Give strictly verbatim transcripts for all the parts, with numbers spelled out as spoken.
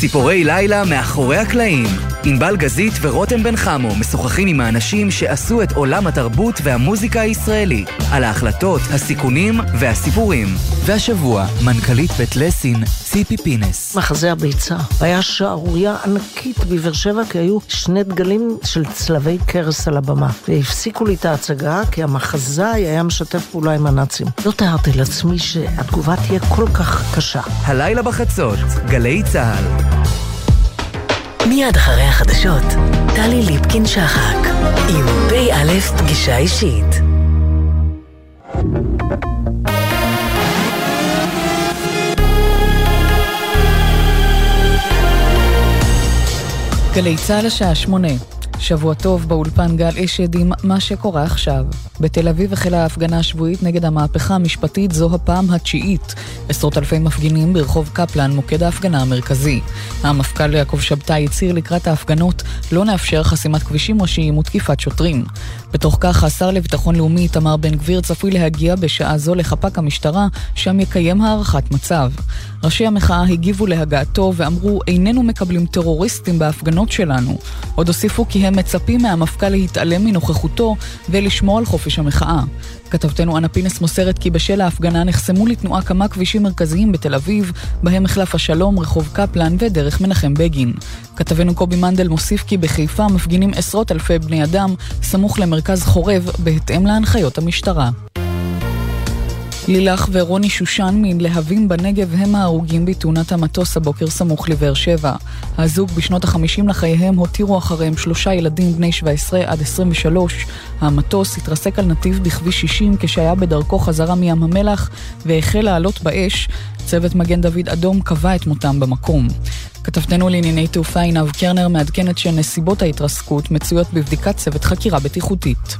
ציפורי לילה מאחורי הקלעים. ענבל גזית ורותם בן חמו משוחחים עם האנשים שעשו את עולם התרבות והמוזיקה הישראלי, על ההחלטות, הסיכונים והסיפורים. והשבוע, מנכ"לית בית לסין, ציפי פינס. מחזה הביצה היה שערוריה ענקית בבאר שבע, כי היו שני דגלים של צלבי קרס על הבמה, והפסיקו לי את ההצגה כי המחזאי היה משתף פעולה עם הנאצים. לא תיארתי לעצמי שהתגובה תהיה כל כך קשה. הלילה בחצות, גלי צהל. מיד אחרי החדשות, טלי ליפקין שחק עם בי א' פגישה אישית. גלי צהל השעה שמונה. שבוע טוב באולפן גל אשד עם מה שקורה עכשיו. בתל אביב החלה ההפגנה השבועית נגד המהפכה המשפטית, זו הפעם התשיעית. עשרות אלפי מפגינים ברחוב קפלן, מוקד ההפגנה המרכזי. המפכ"ל יעקב שבתאי הצהיר לקראת ההפגנות לא נאפשר חסימת כבישים ראשיים ותקיפת שוטרים. בתוך כך השר לביטחון לאומי איתמר בן גביר צפוי להגיע בשעה זו לחפ"ק המשטרה, שם יקיים הערכת מצב. ראשי המחאה הגיבו להגעתו ואמרו איננו מקבלים טרוריסטים בהפגנות שלנו. עוד הוסיפו כי הם מצפים מהמפכ"ל להתעלם מנוכחותו ולשמור על חופש המחאה. כתבתנו אנה פינס מוסרת כי בשל ההפגנה נחסמו לתנועה כמה כבישים מרכזיים בתל אביב, בהם מחלף השלום, רחוב קפלן ודרך מנחם בגין. כתבנו קובי מנדל מוסיף כי בחיפה מפגינים עשרות אלפי בני אדם סמוך למרכז חורב בהתאם להנחיות המשטרה. לילך ורוני שושן מלהבים בנגב הם ההרוגים בתאונת המטוס הבוקר סמוך לבאר שבע. הזוג בשנות החמישים לחייהם הותירו אחריהם שלושה ילדים בני שבע עשרה עד עשרים ושלוש. המטוס התרסק על נתיב בכביש שישים כשהיה בדרכו חזרה מים המלח והחל לעלות באש. צוות מגן דוד אדום קבע את מותם במקום. כתבתנו לענייני תעופה עינב קרנר מעדכנת שנסיבות ההתרסקות מצויות בבדיקת צוות חקירה בטיחותית.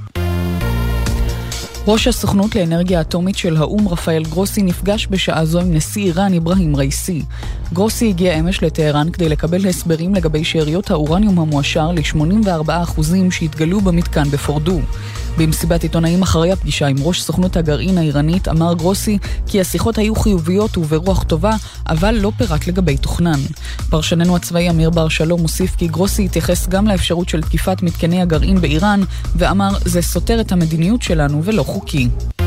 ראש הסוכנות לאנרגיה אטומית של האום רפאל גרוסי נפגש בשעה זו עם נשיא איראן אברהים רייסי. גרוסי הגיע אמש לטהרן כדי לקבל הסברים לגבי שאריות האורניום המואשר ל-שמונים וארבעה אחוז שהתגלו במתקן בפורדו. במסיבת עיתונאים אחרי הפגישה עם ראש סוכנות הגרעין האיראנית אמר גרוסי כי השיחות היו חיוביות וברוח טובה, אבל לא פירט לגבי תוכנן. פרשננו הצבאי אמיר בר שלום מוסיף כי גרוסי התייחס גם לאפשרות של תקיפת מתקני הגרעין באיראן, ואמר זה סותר את המדיניות שלנו ולא חוקי.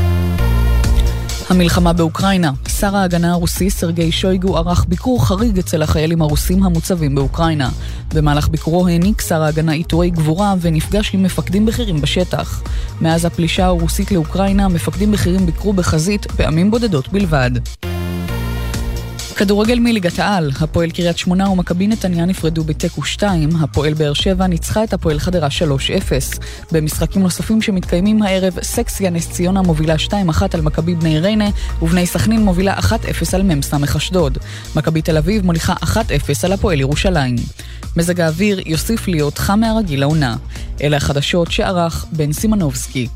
המלחמה באוקראינה. שר ההגנה הרוסי סרגי שויגו ערך ביקור חריג אצל החיילים הרוסים המוצבים באוקראינה. במהלך ביקורו העניק שר ההגנה עיטורי גבורה ונפגש עם מפקדים בכירים בשטח. מאז הפלישה הרוסית לאוקראינה, מפקדים בכירים ביקרו בחזית פעמים בודדות בלבד. כדורגל מליגת העל, הפועל קריית שמונה ומכבי נתניה נפרדו בתיקו שתיים, הפועל באר שבע ניצחה את הפועל חדרה שלוש אפס. במשחקים נוספים שמתקיימים הערב, סקסיה נס ציונה מובילה שתיים אחת על מכבי בני ריינה, ובני סכנין מובילה אחת אפס על ממסמך אשדוד. מכבי תל אביב מוליכה אחת אפס על הפועל ירושלים. מזג האוויר יוסיף להיות חם מהרגיל לעונה. אלה החדשות שערך בן סימנובסקי.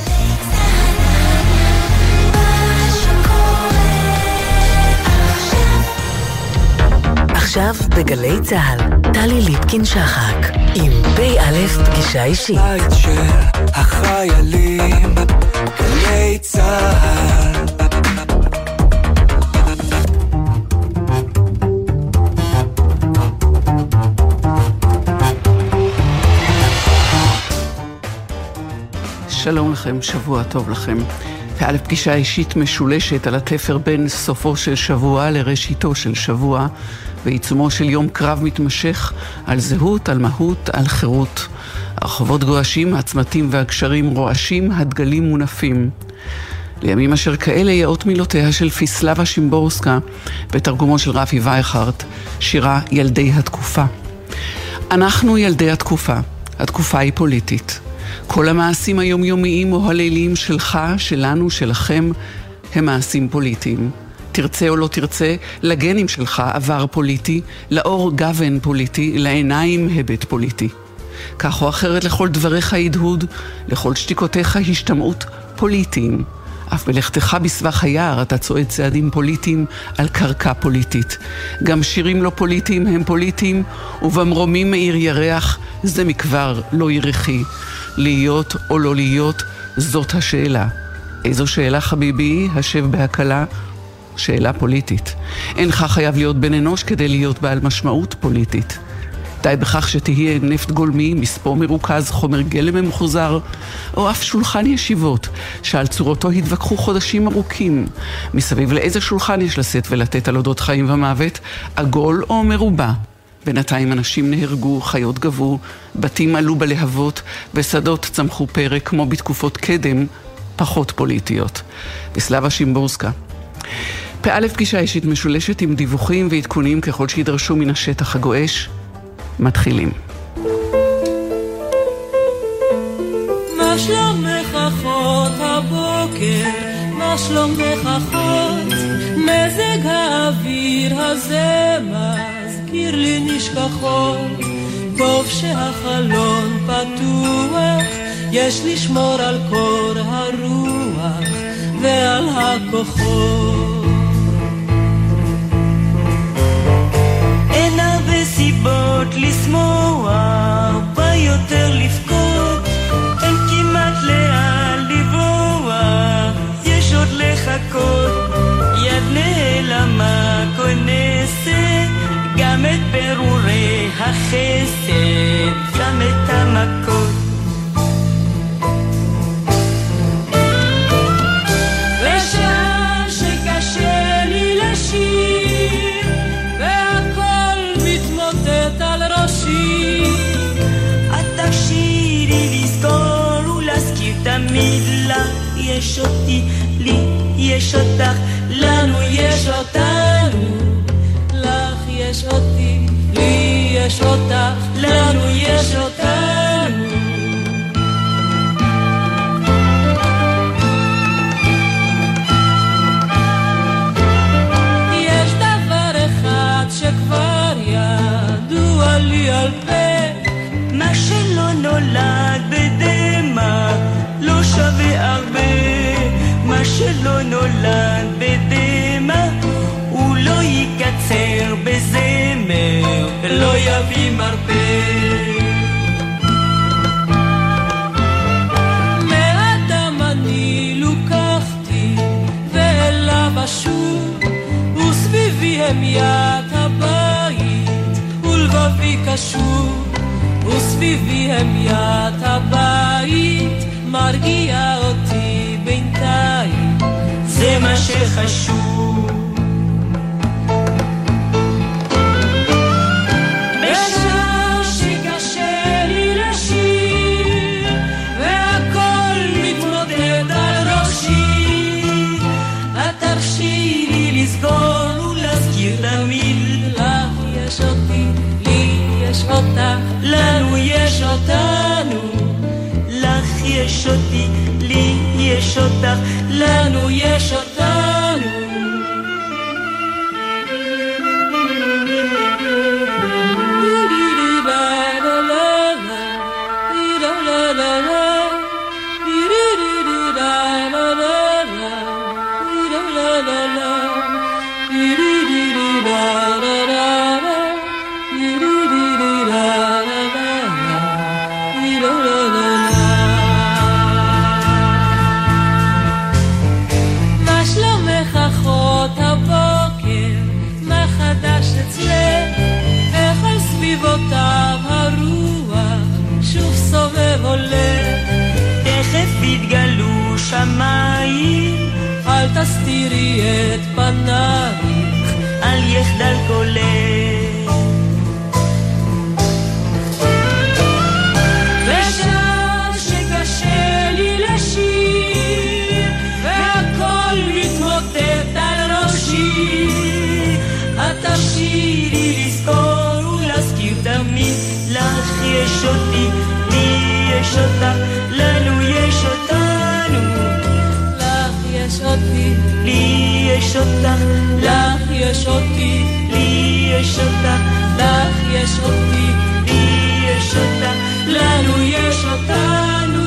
עכשיו בגלי צהל, טלי ליפקין שחק עם בי א' פגישה אישית. בית של החיילים, גלי צהל. שלום לכם, שבוע טוב לכם. ועל פגישה אישית משולשת על התפר בין סופו של שבוע לראשיתו של שבוע, בעיצומו של יום קרב מתמשך על זהות, על מהות, על חירות. הרחובות גועשים, הצמתים והגשרים רועשים, הדגלים מונפים. לימים אשר כאלה יאות מילותיה של פיסלבה שימבורסקה, בתרגומו של רפי וייכרט, שירה ילדי התקופה. אנחנו ילדי התקופה. התקופה היא פוליטית. כל המעשים היומיומיים או הליליים שלך, שלנו, שלכם, הם מעשים פוליטיים. תרצה או לא תרצה, לגנים שלך עבר פוליטי, לאור גוון פוליטי, לעיניים היבט פוליטי. כך או אחרת לכל דבריך הדהוד, לכל שתיקותיך השתמעות פוליטיים. אף בלכתך בסבך היער אתה צועד צעדים פוליטיים על קרקע פוליטית. גם שירים לא פוליטיים הם פוליטיים, ובמרומים מאיר ירח זה מכבר לא ירחי. להיות או לא להיות, זאת השאלה. איזו שאלה חביבי, השב בהקלה, שאלה פוליטית. אינך חייב להיות בן אנוש כדי להיות בעל משמעות פוליטית. די בכך שתהיה נפט גולמי, מספור מרוכז, חומר גלם ממוחזר, או אף שולחן ישיבות, שעל צורתו התווכחו חודשים ארוכים. מסביב לאיזה שולחן יש לשאת ולתת על אודות חיים ומוות, עגול או מרובע. בינתיים אנשים נהרגו, חיות גבו, בתים עלו בלהבות, ושדות צמחו פרק כמו בתקופות קדם, פחות פוליטיות. וסלאבה שימבורסקה. פעל פגישה אישית משולשת עם דיווחים ועדכונים ככל שידרשו מן השטח הגועש. מתחילים. מה שלומך אחות הבוקר? מה שלומך אחות? מזג האוויר הזה מזכיר לי נשכחות. טוב שהחלון פתוח, יש לשמור על קור הרוח ועל הכוחות. אין הרבה סיבות לשמוח, ביותר לבכות, אין כמעט לאן לברוח, יש עוד לחכות. יד נעלמה כונסת גם את ברורי החסד, גם את המכות. ושעה שקשה לי לשיר והכל מתמוטט על ראשי, את תקשירי לזכור ולהזכיר תמיד לה יש אותי, לי יש אותך, לנו יש אותנו. לך יש אותי, לי יש אותך, לנו יש אותנו. יש דבר אחד שכבר ידוע לי על פה, מה שלא נולד בדמה לא שווה הרבה. מה שלא נולד בדמה הוא לא יקצר בזמר, לא יביא מרפא. מאדם אני לוקחתי ואליו אשוב, וסביבי המיית הבית ולבבי קשור, וסביבי המיית הבית מרגיע אותי בינתיים, זה מה שחשוב. בשעה שקשה לי לשיר והכל מתמוטט על ראשי, את תרשי לי לסגור ולהזכיר תמיד, לך יש אותי, לי יש אותך, לנו יש אותנו. לך יש אותי, לי יש אותך, לנו יש אותנו. סביבותיו הרוח שוב סובב עולה, תכף יתגלו שמיים, אל תסתירי את פנייך, אל יחדל קולך. ושעה שקשה לי לשיר והכל מתמוטט על ראשי, את תרשירי לזכור ולהזכיר תמיד, לך יש אותי, לי יש אותך, לנו יש אותנו. לך יש אותי, לי יש אותך, לך יש אותי, לי יש אותך, לך יש אותי, לי יש אותך, לנו יש אותנו.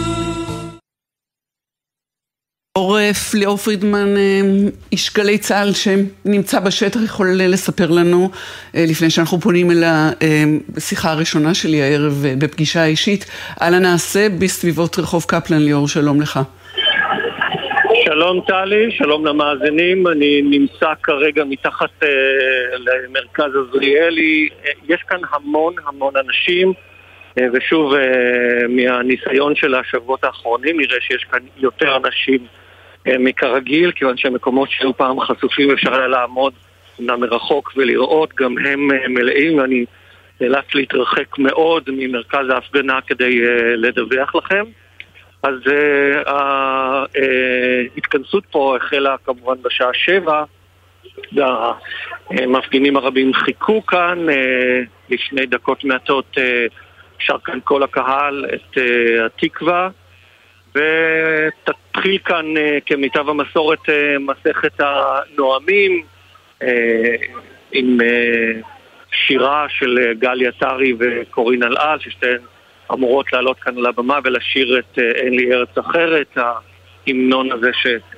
עורף, ליאור פרידמן, איש גלי צה"ל שנמצא בשטח, יכול לספר לנו, לפני שאנחנו פונים אל השיחה הראשונה שלי הערב בפגישה אישית, על הנעשה בסביבות רחוב קפלן. ליאור, שלום לך. שלום טלי, שלום למאזינים. אני נמצא כרגע מתחת אה, למרכז עזריאלי. אה, יש כאן המון המון אנשים, אה, ושוב אה, מהניסיון של השבועות האחרונים נראה שיש כאן יותר אנשים אה, מכרגיל, כיוון שהמקומות שהיו פעם חשופים אפשר היה לעמוד מרחוק ולראות, גם הם אה, מלאים, ואני נאלץ להתרחק מאוד ממרכז ההפגנה כדי אה, לדווח לכם. אז ההתכנסות uh, uh, פה החלה כמובן בשעה שבע, והמפגינים הרבים חיכו כאן, uh, לפני דקות מעטות uh, שר כאן כל הקהל את uh, התקווה, ותתחיל כאן uh, כמיטב המסורת uh, מסכת הנואמים, uh, עם uh, שירה של uh, גלי עטרי וקורין אלעל, ששתיהן אמורות לעלות כאן על הבמה ולשיר את אין לי ארץ אחרת, ההמנון הזה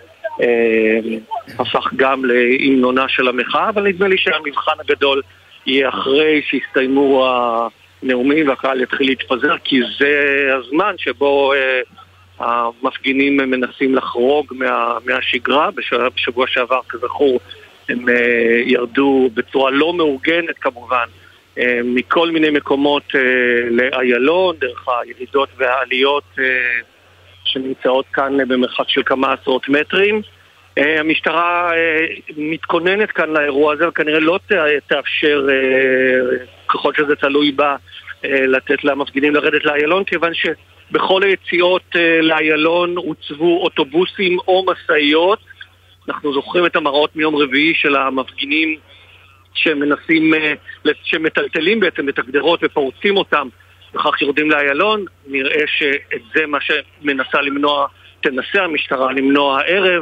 שהפך גם להמנונה של המחאה, אבל נדמה לי שהמבחן הגדול יהיה אחרי שיסתיימו הנאומים והקהל יתחיל להתפזר, כי זה הזמן שבו המפגינים מנסים לחרוג מה, מהשגרה. בשבוע שעבר כזכור הם ירדו בצורה לא מאורגנת כמובן מכל מיני מקומות לאיילון, דרך הירידות והעליות שנמצאות כאן במרחק של כמה עשרות מטרים. המשטרה מתכוננת כאן לאירוע הזה, וכנראה לא תאפשר, ככל שזה תלוי בה, לתת למפגינים לרדת לאיילון, כיוון שבכל היציאות לאיילון הוצבו אוטובוסים או מסעיות. אנחנו זוכרים את המראות מיום רביעי של המפגינים שמנסים, שמטלטלים בעצם את הגדרות ופורצים אותם, וכך יורדים לאיילון. נראה שאת זה מה שמנסה למנוע, תנסה המשטרה למנוע הערב,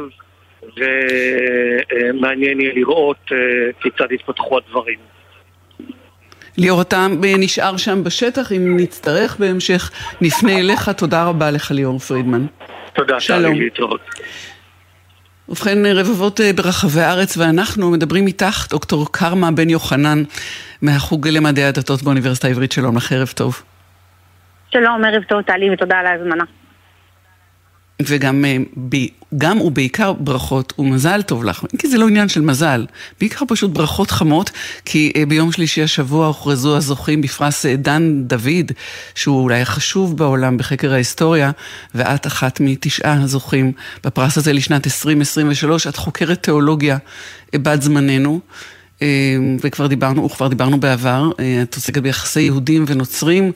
ומעניין יהיה לראות כיצד יתפתחו הדברים. ליאור, אתה נשאר שם בשטח, אם נצטרך בהמשך נפנה אליך. תודה רבה לך ליאור פרידמן. תודה, שלום. להתראות. ובכן, רבבות ברחבי הארץ, ואנחנו מדברים איתך, דוקטור קרמה בן יוחנן, מהחוג למדעי הדתות באוניברסיטה העברית. שלום לך, ערב טוב. שלום, ערב טוב טלי, ותודה על ההזמנה. וגם גם ובעיקר ברכות ומזל טוב לך, כי זה לא עניין של מזל, בעיקר פשוט ברכות חמות, כי ביום שלישי השבוע הוכרזו הזוכים בפרס דן דוד, שהוא אולי החשוב בעולם בחקר ההיסטוריה, ואת אחת מתשעה הזוכים בפרס הזה לשנת עשרים עשרים ושלוש. את חוקרת תיאולוגיה בת זמננו, וכבר דיברנו, וכבר דיברנו בעבר, את עוסקת ביחסי יהודים ונוצרים,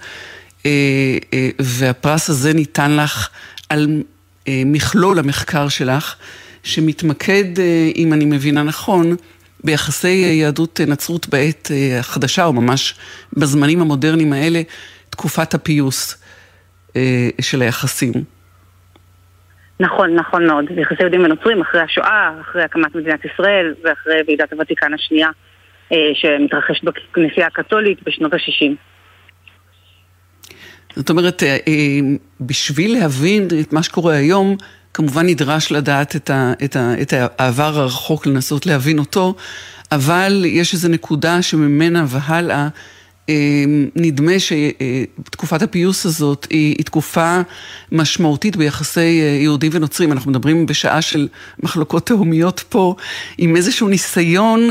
והפרס הזה ניתן לך על מכלול המחקר שלך, שמתמקד, אם אני מבינה נכון, ביחסי יהדות נצרות בעת החדשה, או ממש בזמנים המודרניים האלה, תקופת הפיוס של היחסים. נכון, נכון מאוד. יחסי יהודים ונוצרים אחרי השואה, אחרי הקמת מדינת ישראל, ואחרי ועידת הוותיקן השנייה, שמתרחשת בכנסייה הקתולית בשנות ה-שישים. זאת אומרת, בשביל להבין את מה שקורה היום, כמובן נדרש לדעת את, ה, את, ה, את העבר הרחוק, לנסות להבין אותו, אבל יש איזו נקודה שממנה והלאה, נדמה שתקופת הפיוס הזאת היא, היא תקופה משמעותית ביחסי יהודים ונוצרים. אנחנו מדברים בשעה של מחלוקות תהומיות פה, עם איזשהו ניסיון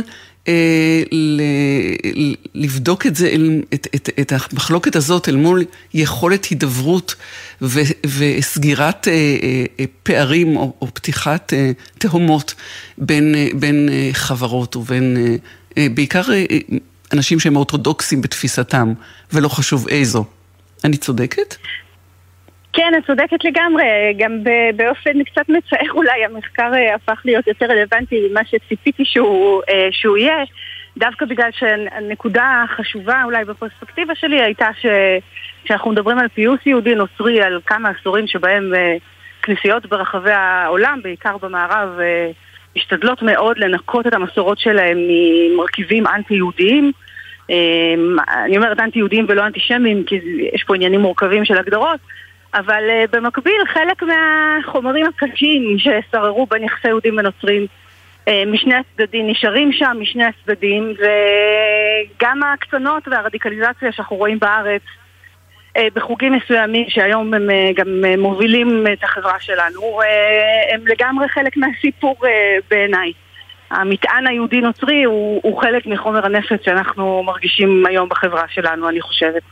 לבדוק את זה, את, את, את המחלוקת הזאת אל מול יכולת הידברות ו, וסגירת פערים או, או פתיחת תהומות בין, בין חברות ובין בעיקר אנשים שהם אורתודוקסים בתפיסתם, ולא חשוב איזו. אני צודקת? כן, את צודקת לגמרי. גם באופן קצת מצער אולי המחקר הפך להיות יותר רלוונטי ממה שציפיתי שהוא, שהוא יהיה, דווקא בגלל שהנקודה החשובה אולי בפרספקטיבה שלי הייתה שאנחנו מדברים על פיוס יהודי נוצרי, על כמה עשורים שבהם כנסיות ברחבי העולם, בעיקר במערב, משתדלות מאוד לנקות את המסורות שלהם ממרכיבים אנטי-יהודיים. אני אומרת אנטי-יהודיים ולא אנטישמיים, כי יש פה עניינים מורכבים של הגדרות, אבל במקביל חלק מהחומרים הקשים ששררו בין יחסי יהודים ונוצרים משני הצדדים נשארים שם, משני הצדדים, וגם הקצנות והרדיקליזציה שאנחנו רואים בארץ בחוגים מסוימים שהיום הם גם מובילים את החברה שלנו, הם לגמרי חלק מהסיפור בעיניי. המטען היהודי נוצרי הוא, הוא חלק מחומר הנפץ שאנחנו מרגישים היום בחברה שלנו, אני חושבת.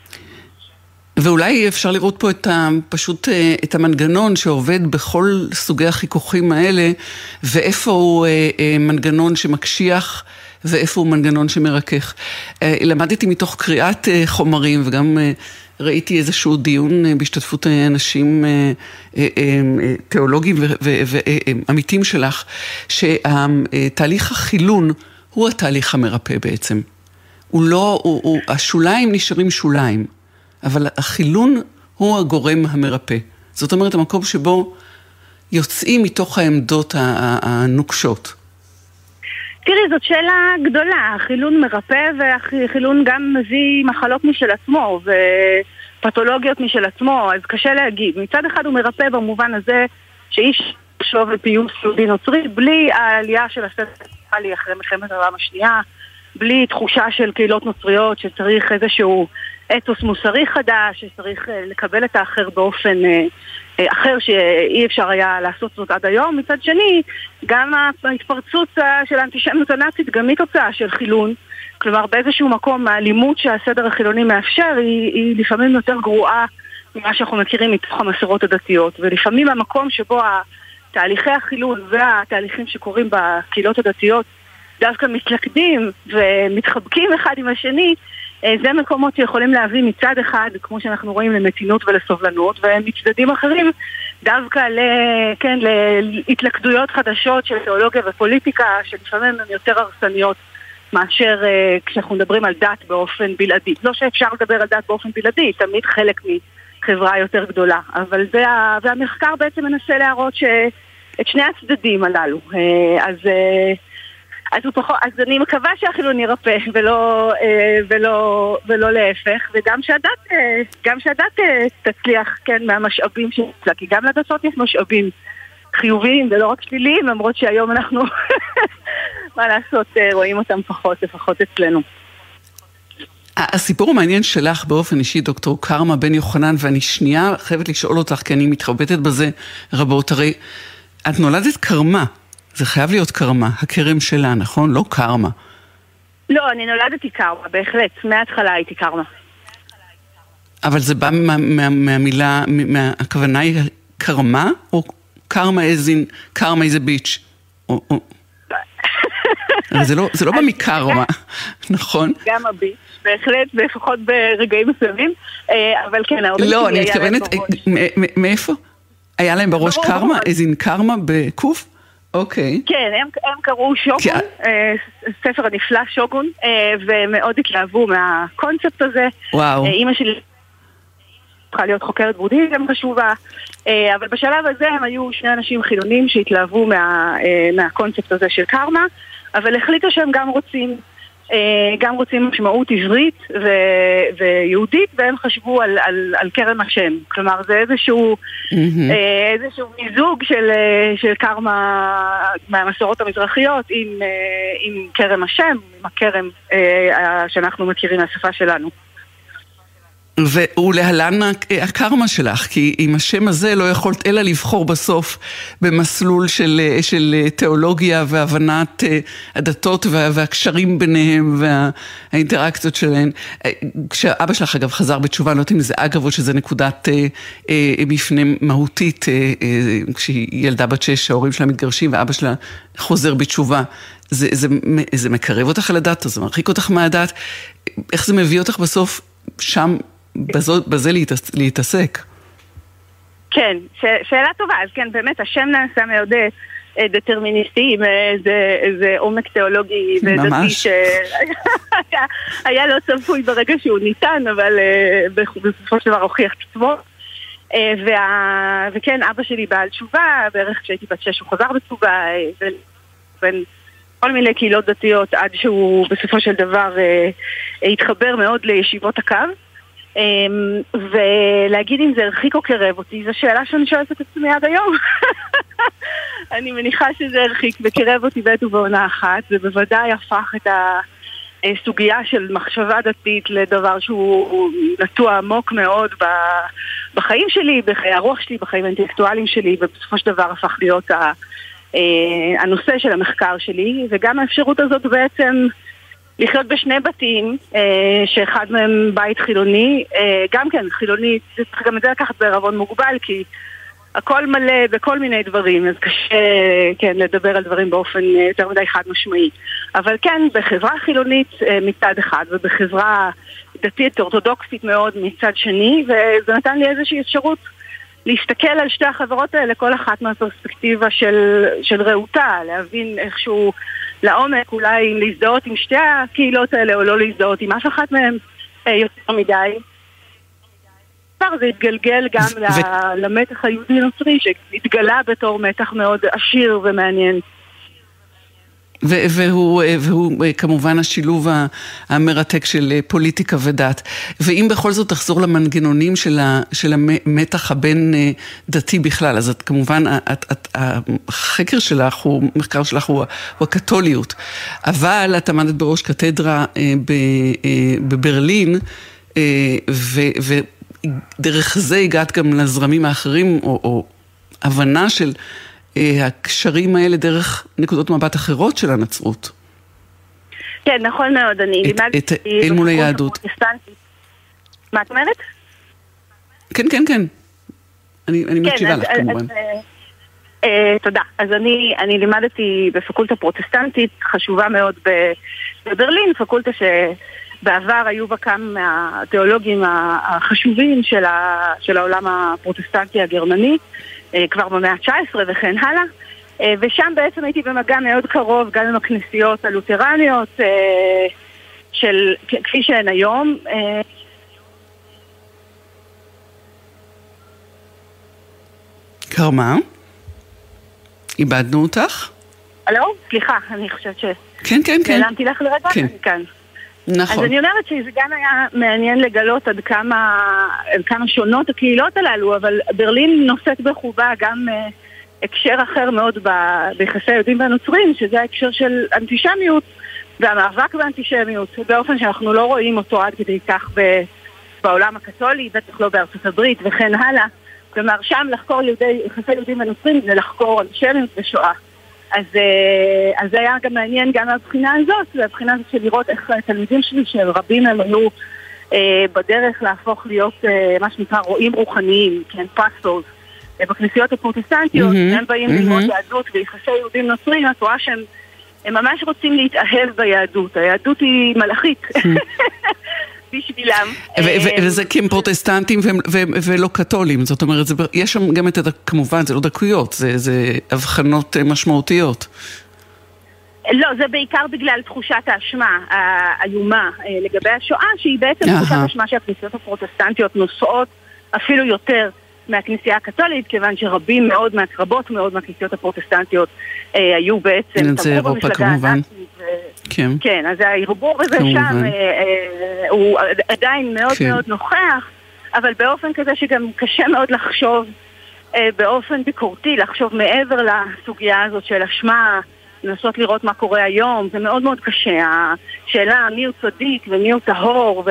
ואולי אפשר לראות פה את ה, פשוט את המנגנון שעובד בכל סוגי החיכוכים האלה, ואיפה הוא מנגנון שמקשיח, ואיפה הוא מנגנון שמרכך. למדתי מתוך קריאת חומרים, וגם ראיתי איזשהו דיון בהשתתפות אנשים תיאולוגיים ועמיתים שלך, שהתהליך החילון הוא התהליך המרפא בעצם. הוא לא, הוא, הוא, השוליים נשארים שוליים, אבל החילון הוא הגורם המרפא. זאת אומרת, המקום שבו יוצאים מתוך העמדות הנוקשות. תראי, זאת שאלה גדולה. החילון מרפא, והחילון גם מביא מחלות משל עצמו, ופתולוגיות משל עצמו, אז קשה להגיד. מצד אחד הוא מרפא במובן הזה, שאיש שוב לפיוס יהודי נוצרי, בלי העלייה של הספר לי אחרי מלחמת העולם השנייה, בלי תחושה של קהילות נוצריות שצריך איזשהו אתוס מוסרי חדש, שצריך לקבל את האחר באופן אחר שאי אפשר היה לעשות זאת עד היום. מצד שני, גם ההתפרצות של האנטישמיות הנאצית גם היא תוצאה של חילון. כלומר, באיזשהו מקום האלימות שהסדר החילוני מאפשר היא, היא לפעמים יותר גרועה ממה שאנחנו מכירים מתוך המסורות הדתיות. ולפעמים המקום שבו תהליכי החילון והתהליכים שקורים בקהילות הדתיות דווקא מתלכדים ומתחבקים אחד עם השני, זה מקומות שיכולים להביא מצד אחד, כמו שאנחנו רואים, למתינות ולסובלנות, ומצדדים אחרים דווקא ל, כן, להתלכדויות חדשות של תיאולוגיה ופוליטיקה, שלפעמים הן יותר הרסניות מאשר כשאנחנו מדברים על דת באופן בלעדי. לא שאפשר לדבר על דת באופן בלעדי, תמיד חלק מחברה יותר גדולה, אבל זה, והמחקר בעצם מנסה להראות שאת שני הצדדים הללו. אז אז, פחות, אז אני מקווה שהחילון ירפא ולא, ולא, ולא להפך, וגם שהדת, גם שהדת תצליח, כן, מהמשאבים שלה, כי גם לדתות יש משאבים חיוביים ולא רק שליליים, למרות שהיום אנחנו, מה לעשות, רואים אותם פחות, לפחות אצלנו. הסיפור המעניין שלך באופן אישי, דוקטור קרמה בן יוחנן, ואני שנייה חייבת לשאול אותך, כי אני מתחבטת בזה רבות, הרי את נולדת קרמה, זה חייב להיות קרמה, הכרם שלה, נכון? לא קרמה. לא, אני נולדתי קרמה, בהחלט, מההתחלה הייתי קרמה. אבל זה בא מה, מה, מהמילה, מה, הכוונה היא קרמה, או קרמה איזין, קרמה איזה ביץ'? או, או... זה לא, זה לא בא מקרמה, נכון? גם הביץ', בהחלט, לפחות ברגעים מסוימים, אבל כן, הרבה לא, אני מתכוונת, מאיפה? היה להם בראש קרמה? איזין קרמה בקוף? אוקיי. כן, הם, הם קראו שוגון, ספר הנפלא שוגון, ומאוד התלהבו מהקונספט הזה. וואו. אמא שלי צריכה להיות חוקרת בודהיזם חשובה, אבל בשלב הזה הם היו שני אנשים חילונים שהתלהבו מה, מהקונספט הזה של קרמה, אבל החליטו שהם גם רוצים, גם רוצים משמעות עברית ו- ויהודית, והם חשבו על, על, על קרם השם. כלומר, זה איזשהו, mm-hmm. איזשהו מיזוג של, של קרמה מהמסורות המזרחיות עם, עם קרם השם, עם הקרם שאנחנו מכירים מהשפה שלנו. ולהלן הקרמה שלך, כי עם השם הזה לא יכולת אלא לבחור בסוף במסלול של, של תיאולוגיה והבנת הדתות והקשרים ביניהם והאינטראקציות שלהן. כשאבא שלך אגב חזר בתשובה, אני לא יודעת אם זה אגב או שזה נקודת מפנה מהותית, כשהיא ילדה בת שש, ההורים שלה מתגרשים ואבא שלה חוזר בתשובה, זה, זה, זה מקרב אותך על הדת, זה מרחיק אותך מהדת, איך זה מביא אותך בסוף שם בזאת, בזה להתעס, להתעסק? כן, ש, שאלה טובה. אז כן, באמת, השם נעשה מאוד דטרמיניסטי, זה, זה עומק תיאולוגי ודתי שהיה היה לא צפוי ברגע שהוא ניתן, אבל בסופו של דבר הוכיח את עצמו. וה, וכן, אבא שלי בעל תשובה, בערך כשהייתי בת שש הוא חזר בתשובה, ובין כל מיני קהילות דתיות, עד שהוא בסופו של דבר התחבר מאוד לישיבות הקו. ולהגיד אם זה הרחיק או קרב אותי, זו שאלה שאני שואלת את עצמי עד היום. אני מניחה שזה הרחיק וקרב אותי בעת ובעונה אחת, זה בוודאי הפך את, ה, סוגיה של מחשבה דתית לדבר שהוא נטוע עמוק מאוד בחיים שלי, בחיי הרוח שלי, בחיים האינטלקטואליים שלי, ובסופו של דבר הפך להיות הנושא של המחקר שלי, וגם האפשרות הזאת בעצם לחיות בשני בתים, שאחד מהם בית חילוני, גם כן חילוני, צריך גם את זה לקחת בערבון מוגבל, כי הכל מלא בכל מיני דברים, אז קשה, כן, לדבר על דברים באופן יותר מדי חד משמעי. אבל כן, בחברה חילונית מצד אחד, ובחברה דתית אורתודוקסית מאוד מצד שני, וזה נתן לי איזושהי אפשרות להסתכל על שתי החברות האלה, כל אחת מהפרספקטיבה של, של רעותה, להבין איכשהו לעומק, אולי להזדהות עם שתי הקהילות האלה, או לא להזדהות עם אף אחת מהן יותר מדי. זה התגלגל גם למתח היהודי-נוצרי, שהתגלה בתור מתח מאוד עשיר ומעניין. והוא, והוא כמובן השילוב המרתק של פוליטיקה ודת. ואם בכל זאת תחזור למנגנונים של, ה, של המתח הבין דתי בכלל, אז את כמובן, את, את, החקר שלך, הוא, מחקר שלך הוא, הוא הקתוליות. אבל את עמדת בראש קתדרה בברלין, ו... ו דרך זה הגעת גם לזרמים האחרים, או, או הבנה של אה, הקשרים האלה דרך נקודות מבט אחרות של הנצרות. כן, נכון מאוד. אני לימדתי... את אל מול היהדות. מה את אומרת? כן, כן, כן. אני, אני כן, מקשיבה אז, לך, אז, כמובן. אז, אה, תודה. אז אני, אני לימדתי בפקולטה פרוטסטנטית, חשובה מאוד בברלין, פקולטה ש... בעבר היו בה כמה מהתיאולוגים החשובים של, ה, של העולם הפרוטסטנטי הגרמני, כבר במאה ה-תשע עשרה וכן הלאה, ושם בעצם הייתי במגע מאוד קרוב גם עם הכנסיות הלותרניות, של, כפי שהן היום. קרמה? איבדנו אותך? הלו? סליחה, אני חושבת ש... כן, כן, כן. נעלמתי לך לרגע? כן. כאן. נכון. אז אני אומרת שזה גם היה מעניין לגלות עד כמה, עד כמה שונות הקהילות הללו, אבל ברלין נושאת בחובה גם uh, הקשר אחר מאוד ב- ביחסי היהודים והנוצרים, שזה ההקשר של אנטישמיות והמאבק באנטישמיות, באופן שאנחנו לא רואים אותו עד כדי כך ב- בעולם הקתולי, בטח לא בארצות הברית וכן הלאה. כלומר, שם לחקור יהודי, יחסי יהודים ונוצרים זה לחקור אנטישמיות ושואה. אז, אז זה היה גם מעניין גם מהבחינה הזאת, והבחינה הזאת של לראות איך התלמידים שלי, שרבים מהם היו אה, בדרך להפוך להיות אה, מה שנקרא רואים רוחניים, כן, פסטורס, אה, בכנסיות הפרוטסטנטיות, mm-hmm, הם באים mm-hmm. ללמוד יהדות ויחסי יהודים נוצרים, את רואה שהם הם ממש רוצים להתאהב ביהדות, היהדות היא מלאכית. בשבילם. וזה כי הם פרוטסטנטים ולא קתולים, זאת אומרת, יש שם גם את, כמובן, זה לא דקויות, זה הבחנות משמעותיות. לא, זה בעיקר בגלל תחושת האשמה האיומה לגבי השואה, שהיא בעצם תחושת האשמה שהכנסיות הפרוטסטנטיות נושאות אפילו יותר מהכנסייה הקתולית, כיוון שרבים מאוד מהקרבות מאוד מהכנסיות הפרוטסטנטיות היו בעצם תמכו במפלגה הנאצית. כן. כן, אז הערבוב הזה שם הוא עדיין מאוד מאוד נוכח, אבל באופן כזה שגם קשה מאוד לחשוב באופן ביקורתי, לחשוב מעבר לסוגיה הזאת של אשמה, לנסות לראות מה קורה היום, זה מאוד מאוד קשה. השאלה מי הוא צדיק ומי הוא טהור,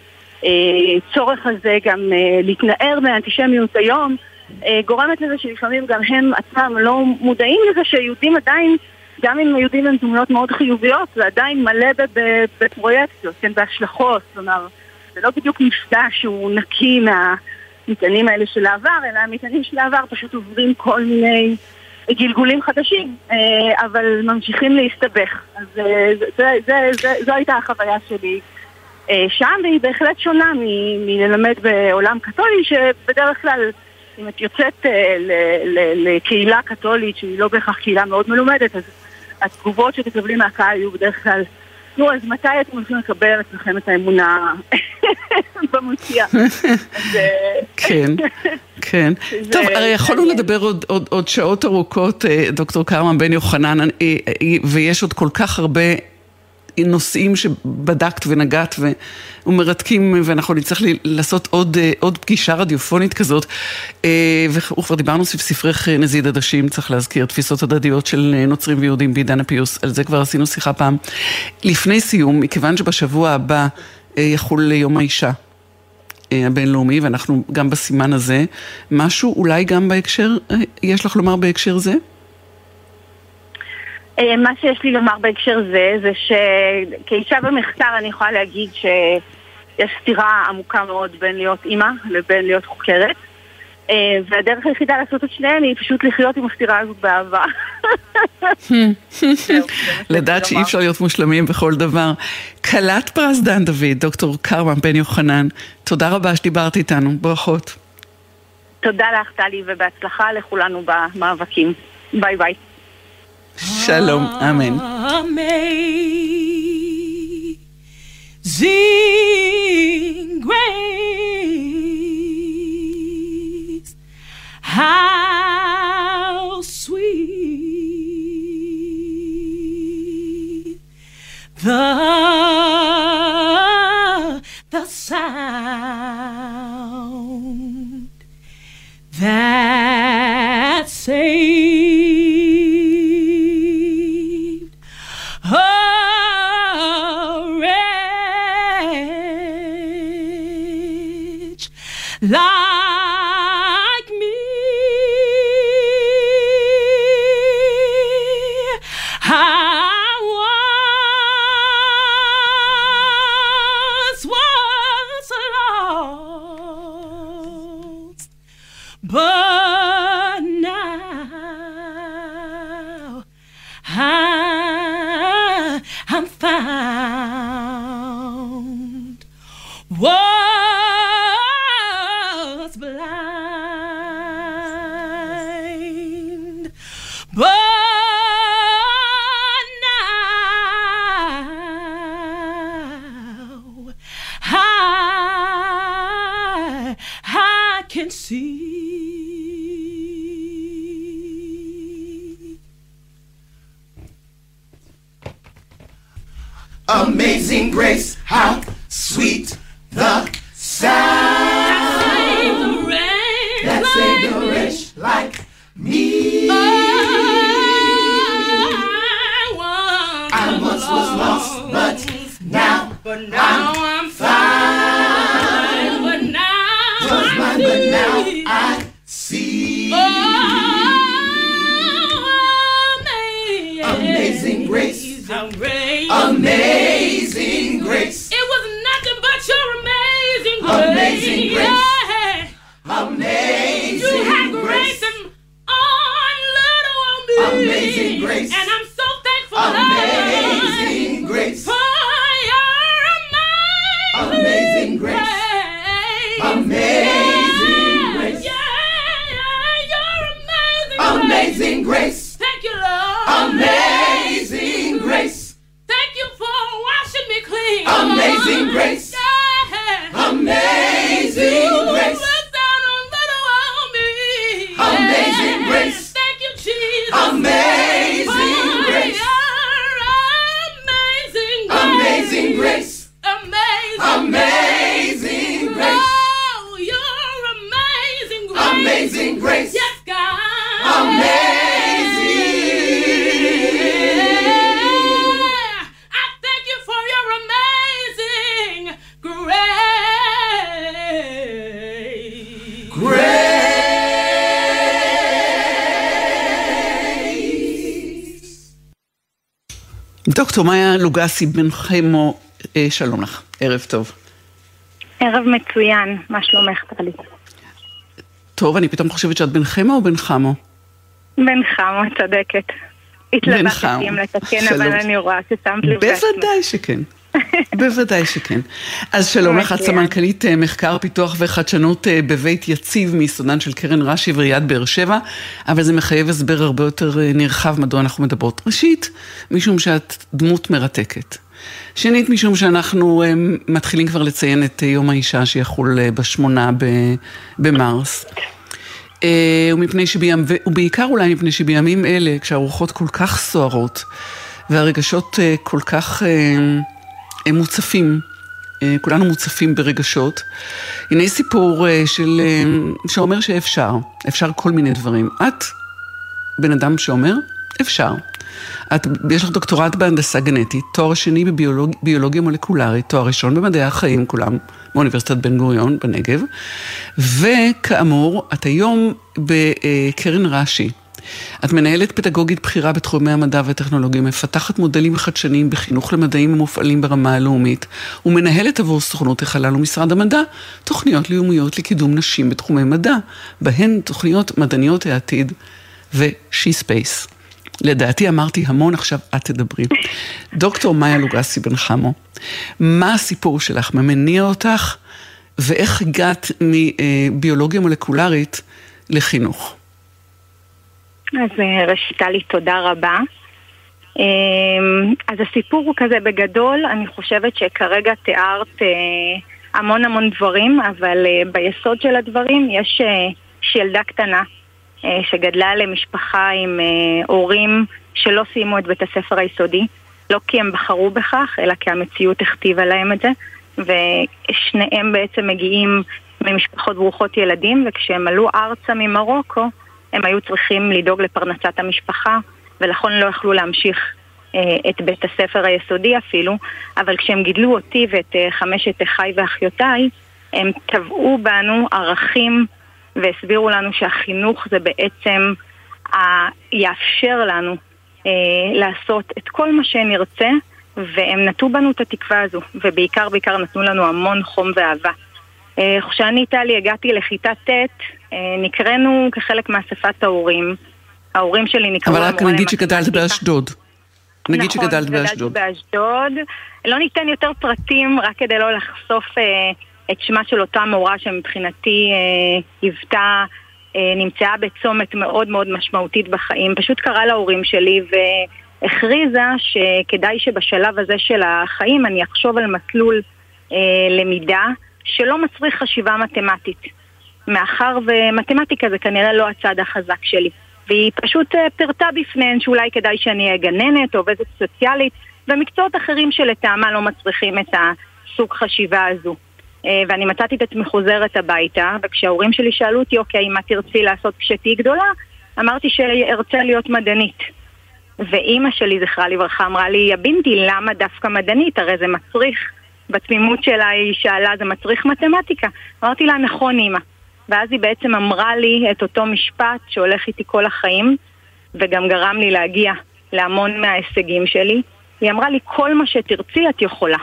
והצורך הזה גם להתנער מהאנטישמיות היום, גורמת לזה שלפעמים גם הם עצמם לא מודעים לזה שיהודים עדיין, גם אם יהודים הם דמויות מאוד חיוביות, זה עדיין מלא בפרויקציות, כן, בהשלכות. כלומר, זה לא בדיוק מפגש שהוא נקי מהמטענים האלה של העבר, אלא המטענים של העבר פשוט עוברים כל מיני גלגולים חדשים, אבל ממשיכים להסתבך. אז זה, זה, זה, זה, זו הייתה החוויה שלי שם, והיא בהחלט שונה מללמד בעולם קתולי, שבדרך כלל אם את יוצאת לקהילה קתולית שהיא לא בהכרח קהילה מאוד מלומדת, אז התגובות שתקבלים מהקהל יהיו בדרך כלל, נו, אז מתי אתם הולכים לקבל אצלכם את האמונה במוציאה? כן, כן. טוב, הרי יכולנו לדבר עוד שעות ארוכות, דוקטור קרמה בן יוחנן, ויש עוד כל כך הרבה נושאים שבדקת ונגעת ומרתקים, ואנחנו נצטרך לעשות עוד, עוד פגישה רדיופונית כזאת, וכבר דיברנו ספרך נזיד עדשים, צריך להזכיר, תפיסות הדדיות של נוצרים ויהודים בעידן הפיוס, על זה כבר עשינו שיחה פעם. לפני סיום, מכיוון שבשבוע הבא יחול יום האישה הבינלאומי, ואנחנו גם בסימן הזה, משהו אולי גם בהקשר, יש לך לומר בהקשר זה? מה שיש לי לומר בהקשר זה, זה שכאישה במחקר אני יכולה להגיד שיש סתירה עמוקה מאוד בין להיות אימא לבין להיות חוקרת, והדרך היחידה לעשות את שניהם היא פשוט לחיות עם הסתירה הזאת באהבה. לדעת שאי אפשר להיות מושלמים בכל דבר. קלת פרס דן דוד, דוקטור קרמן בן יוחנן, תודה רבה שדיברת איתנו, ברכות. תודה לך טלי ובהצלחה לכולנו במאבקים. ביי ביי. שלום, אמן. Amazing grace, how sweet the the sound that saved a wretch like me. I once was lost, but now I, I'm found. Was blind, but now I, I can see. Amazing grace, how sweet the sound that saved a wretch like me. I once was lost, but now I'm fine. Was blind, but now I see. Amazing grace, amazing grace. It was nothing but your amazing grace. Amazing grace. Yeah. Amazing you had grace. grace and on little on me. Amazing grace. And I'm so thankful. Amazing Lord, grace. for your amazing, amazing grace. grace. Amazing yeah. grace. Yeah, yeah, your amazing, amazing grace. grace. Thank you, Lord. Amazing grace. Thank you for washing me clean. Amazing grace. Yeah. Amazing you grace. look down on little old me. Amazing Yeah. grace. Thank you, Jesus. Amazing for grace. your amazing grace. Amazing grace. Amazing, Amazing grace. Oh, your amazing grace. Amazing grace. Yes, God. Amazing. I thank you for your amazing grace. Grace. דוקטור מאיה לוגסי בן חמו, שלום לך, ערב טוב. ערב מצוין, מה שלומך טלי? טוב, אני פתאום חושבת שאת בן חמו או בן חמו? בן חמו, צדקת. התלבטתי אם לתקן, אבל אני רואה ששמת לי בעצמך. בוודאי שכן. בוודאי שכן. אז שלום לך, את סמנכ"לית מחקר, פיתוח וחדשנות בבית יציב מיסודן של קרן רש"י ועיריית באר שבע, אבל זה מחייב הסבר הרבה יותר נרחב מדוע אנחנו מדברות. ראשית, משום שאת דמות מרתקת. שנית, משום שאנחנו מתחילים כבר לציין את יום האישה שיחול בשמונה במרס. ומפני שבימים, ובעיקר אולי מפני שבימים אלה, כשהרוחות כל כך סוערות, והרגשות כל כך הם מוצפים, כולנו מוצפים ברגשות. הנה סיפור של, שאומר שאפשר, אפשר כל מיני דברים. את בן אדם שאומר, אפשר. את, יש לך דוקטורט בהנדסה גנטית, תואר שני בביולוג, ביולוגיה מולקולרית, תואר ראשון במדעי החיים, כולם באוניברסיטת בן גוריון בנגב, וכאמור, את היום בקרן רש"י. את מנהלת פדגוגית בחירה בתחומי המדע והטכנולוגיה, מפתחת מודלים חדשניים בחינוך למדעים המופעלים ברמה הלאומית, ומנהלת עבור סוכנות החלל ומשרד המדע תוכניות לאומיות לקידום נשים בתחומי מדע, בהן תוכניות מדעניות העתיד ו-She Space. לדעתי אמרתי המון, עכשיו את תדברי. דוקטור מאיה לוגסי בן חמו, מה הסיפור שלך? מה מניע אותך? ואיך הגעת מביולוגיה מולקולרית לחינוך? אז ראשיתה לי תודה רבה. אז הסיפור הוא כזה בגדול, אני חושבת שכרגע תיארת המון המון דברים, אבל ביסוד של הדברים יש ילדה קטנה שגדלה למשפחה עם הורים שלא סיימו את בית הספר היסודי, לא כי הם בחרו בכך, אלא כי המציאות הכתיבה להם את זה, ושניהם בעצם מגיעים ממשפחות ברוכות ילדים, וכשהם עלו ארצה ממרוקו, הם היו צריכים לדאוג לפרנסת המשפחה, ולכן לא יכלו להמשיך אה, את בית הספר היסודי אפילו, אבל כשהם גידלו אותי ואת אה, חמשת אחיי ואחיותיי, הם טבעו בנו ערכים, והסבירו לנו שהחינוך זה בעצם אה, יאפשר לנו אה, לעשות את כל מה שנרצה, והם נטו בנו את התקווה הזו, ובעיקר בעיקר נתנו לנו המון חום ואהבה. כשאני טלי הגעתי לכיתה ט', נקראנו כחלק מאספת ההורים. ההורים שלי נקראו... אבל רק נגיד שגדלת באשדוד. נגיד שגדלת באשדוד. נכון, גדלתי באשדוד. לא ניתן יותר פרטים, רק כדי לא לחשוף את שמה של אותה מורה שמבחינתי היוותה, נמצאה בצומת מאוד מאוד משמעותית בחיים. פשוט קרא להורים שלי והכריזה שכדאי שבשלב הזה של החיים אני אחשוב על מסלול למידה, שלא מצריך חשיבה מתמטית. מאחר ומתמטיקה זה כנראה לא הצד החזק שלי. והיא פשוט פרטה בפניהן שאולי כדאי שאני אהיה גננת או עובדת סוציאלית, ומקצועות אחרים שלטעמה לא מצריכים את הסוג חשיבה הזו. ואני מצאתי את עצמי חוזרת הביתה, וכשההורים שלי שאלו אותי, אוקיי, מה תרצי לעשות כשתהיי גדולה? אמרתי שארצה להיות מדענית. ואימא שלי, זכרה לברכה, אמרה לי, יא בינתי, למה דווקא מדענית? הרי זה מצריך... בתמימות שלה היא שאלה, זה מצריך מתמטיקה. אמרתי לה, נכון אמא. ואז היא בעצם אמרה לי את אותו משפט שהולך איתי כל החיים, וגם גרם לי להגיע להמון מההישגים שלי. היא אמרה לי, כל מה שתרצי את יכולה.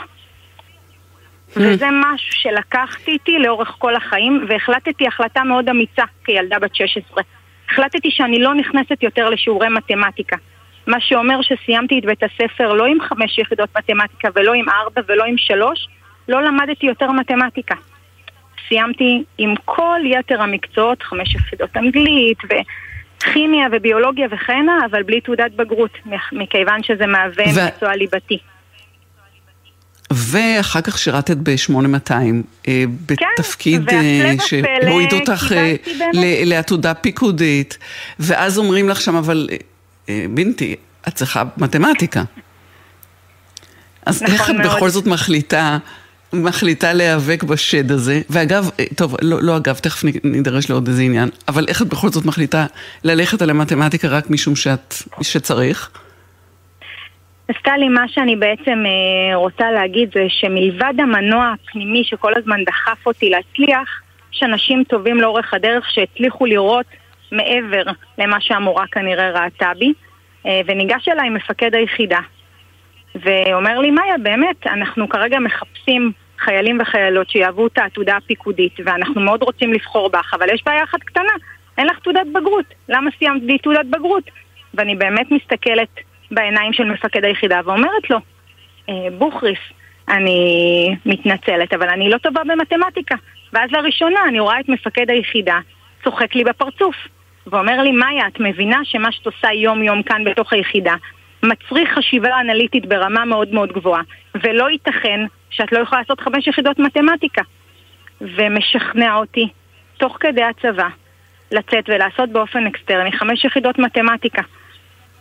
וזה משהו שלקחתי איתי לאורך כל החיים, והחלטתי החלטה מאוד אמיצה כילדה בת שש עשרה. החלטתי שאני לא נכנסת יותר לשיעורי מתמטיקה. מה שאומר שסיימתי את בית הספר לא עם חמש יחידות מתמטיקה ולא עם ארבע ולא עם שלוש, לא למדתי יותר מתמטיקה. סיימתי עם כל יתר המקצועות, חמש יחידות אנגלית וכימיה וביולוגיה וכהנה, אבל בלי תעודת בגרות, מכיוון שזה מהווה ו... מקצוע ליבתי. ואחר כך שירתת ב-שמונה מאתיים, בתפקיד שהוריד אותך לעתודה פיקודית, ואז אומרים לך שם, אבל בינתי, את צריכה מתמטיקה. אז איך את בכל זאת מחליטה, מחליטה להיאבק בשד הזה, ואגב, טוב, לא, לא אגב, תכף נידרש לעוד איזה עניין, אבל איך את בכל זאת מחליטה ללכת על המתמטיקה רק משום שאת, שצריך? סטלי, מה שאני בעצם רוצה להגיד זה שמלבד המנוע הפנימי שכל הזמן דחף אותי להצליח, שאנשים טובים לאורך הדרך שהצליחו לראות מעבר למה שהמורה כנראה ראתה בי, וניגש אליי מפקד היחידה ואומר לי, מאיה, באמת, אנחנו כרגע מחפשים חיילים וחיילות שיעבו את העתודה הפיקודית, ואנחנו מאוד רוצים לבחור בך, אבל יש בעיה אחת קטנה, אין לך תעודת בגרות. למה סיימת לי תעודת בגרות? ואני באמת מסתכלת בעיניים של מפקד היחידה ואומרת לו, בוכריס, אני מתנצלת, אבל אני לא טובה במתמטיקה. ואז לראשונה אני רואה את מפקד היחידה צוחק לי בפרצוף ואומר לי, מאיה, את מבינה שמה שאת עושה יום יום כאן בתוך היחידה מצריך חשיבה אנליטית ברמה מאוד מאוד גבוהה, ולא ייתכן שאת לא יכולה לעשות חמש יחידות מתמטיקה. ומשכנע אותי תוך כדי הצבא לצאת ולעשות באופן אקסטרני חמש יחידות מתמטיקה.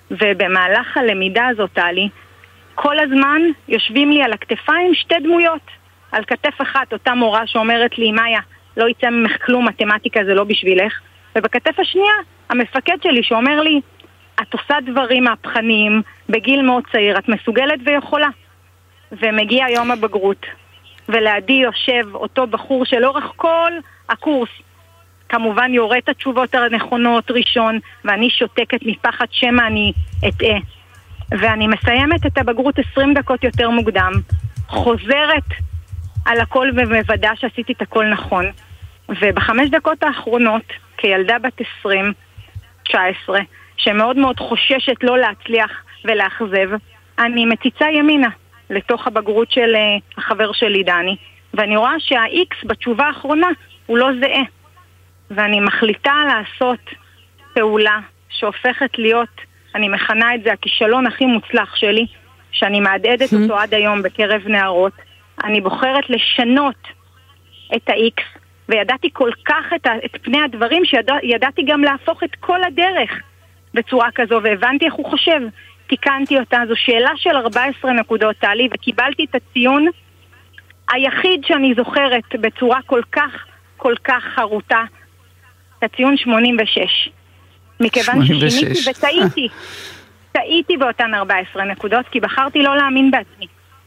ובמהלך הלמידה הזאת, טלי, כל הזמן יושבים לי על הכתפיים שתי דמויות. על כתף אחת, אותה מורה שאומרת לי, מאיה, לא יצא ממך כלום, מתמטיקה זה לא בשבילך. ובכתף השנייה, המפקד שלי שאומר לי, את עושה דברים מהפכניים, בגיל מאוד צעיר, את מסוגלת ויכולה. ומגיע יום הבגרות, ולידי יושב אותו בחור שלאורך כל הקורס, כמובן יורה את התשובות הנכונות ראשון, ואני שותקת מפחד שמה אני אטעה. ואני מסיימת את הבגרות עשרים דקות יותר מוקדם, חוזרת על הכל ומוודא שעשיתי את הכל נכון. ובחמש דקות האחרונות, כילדה בת עשרים, תשע עשרה, שמאוד מאוד חוששת לא להצליח ולאכזב, אני מציצה ימינה לתוך הבגרות של uh, החבר שלי דני, ואני רואה שה-X בתשובה האחרונה הוא לא זהה. ואני מחליטה לעשות פעולה שהופכת להיות, אני מכנה את זה הכישלון הכי מוצלח שלי, שאני מעדדת אותו עד היום בקרב נערות. אני בוחרת לשנות את ה-X, וידעתי כל כך את, ה- את פני הדברים, שידעתי גם להפוך את כל הדרך בצורה כזו, והבנתי איך הוא חושב. תיקנתי אותה, זו שאלה של ארבע עשרה נקודות, טלי, וקיבלתי את הציון היחיד שאני זוכרת בצורה כל כך, כל כך חרוטה, את הציון שמונים ושש. מכיוון ששיניתי וטעיתי, טעיתי באותן ארבע עשרה נקודות, כי בחרתי לא להאמין בעצמי.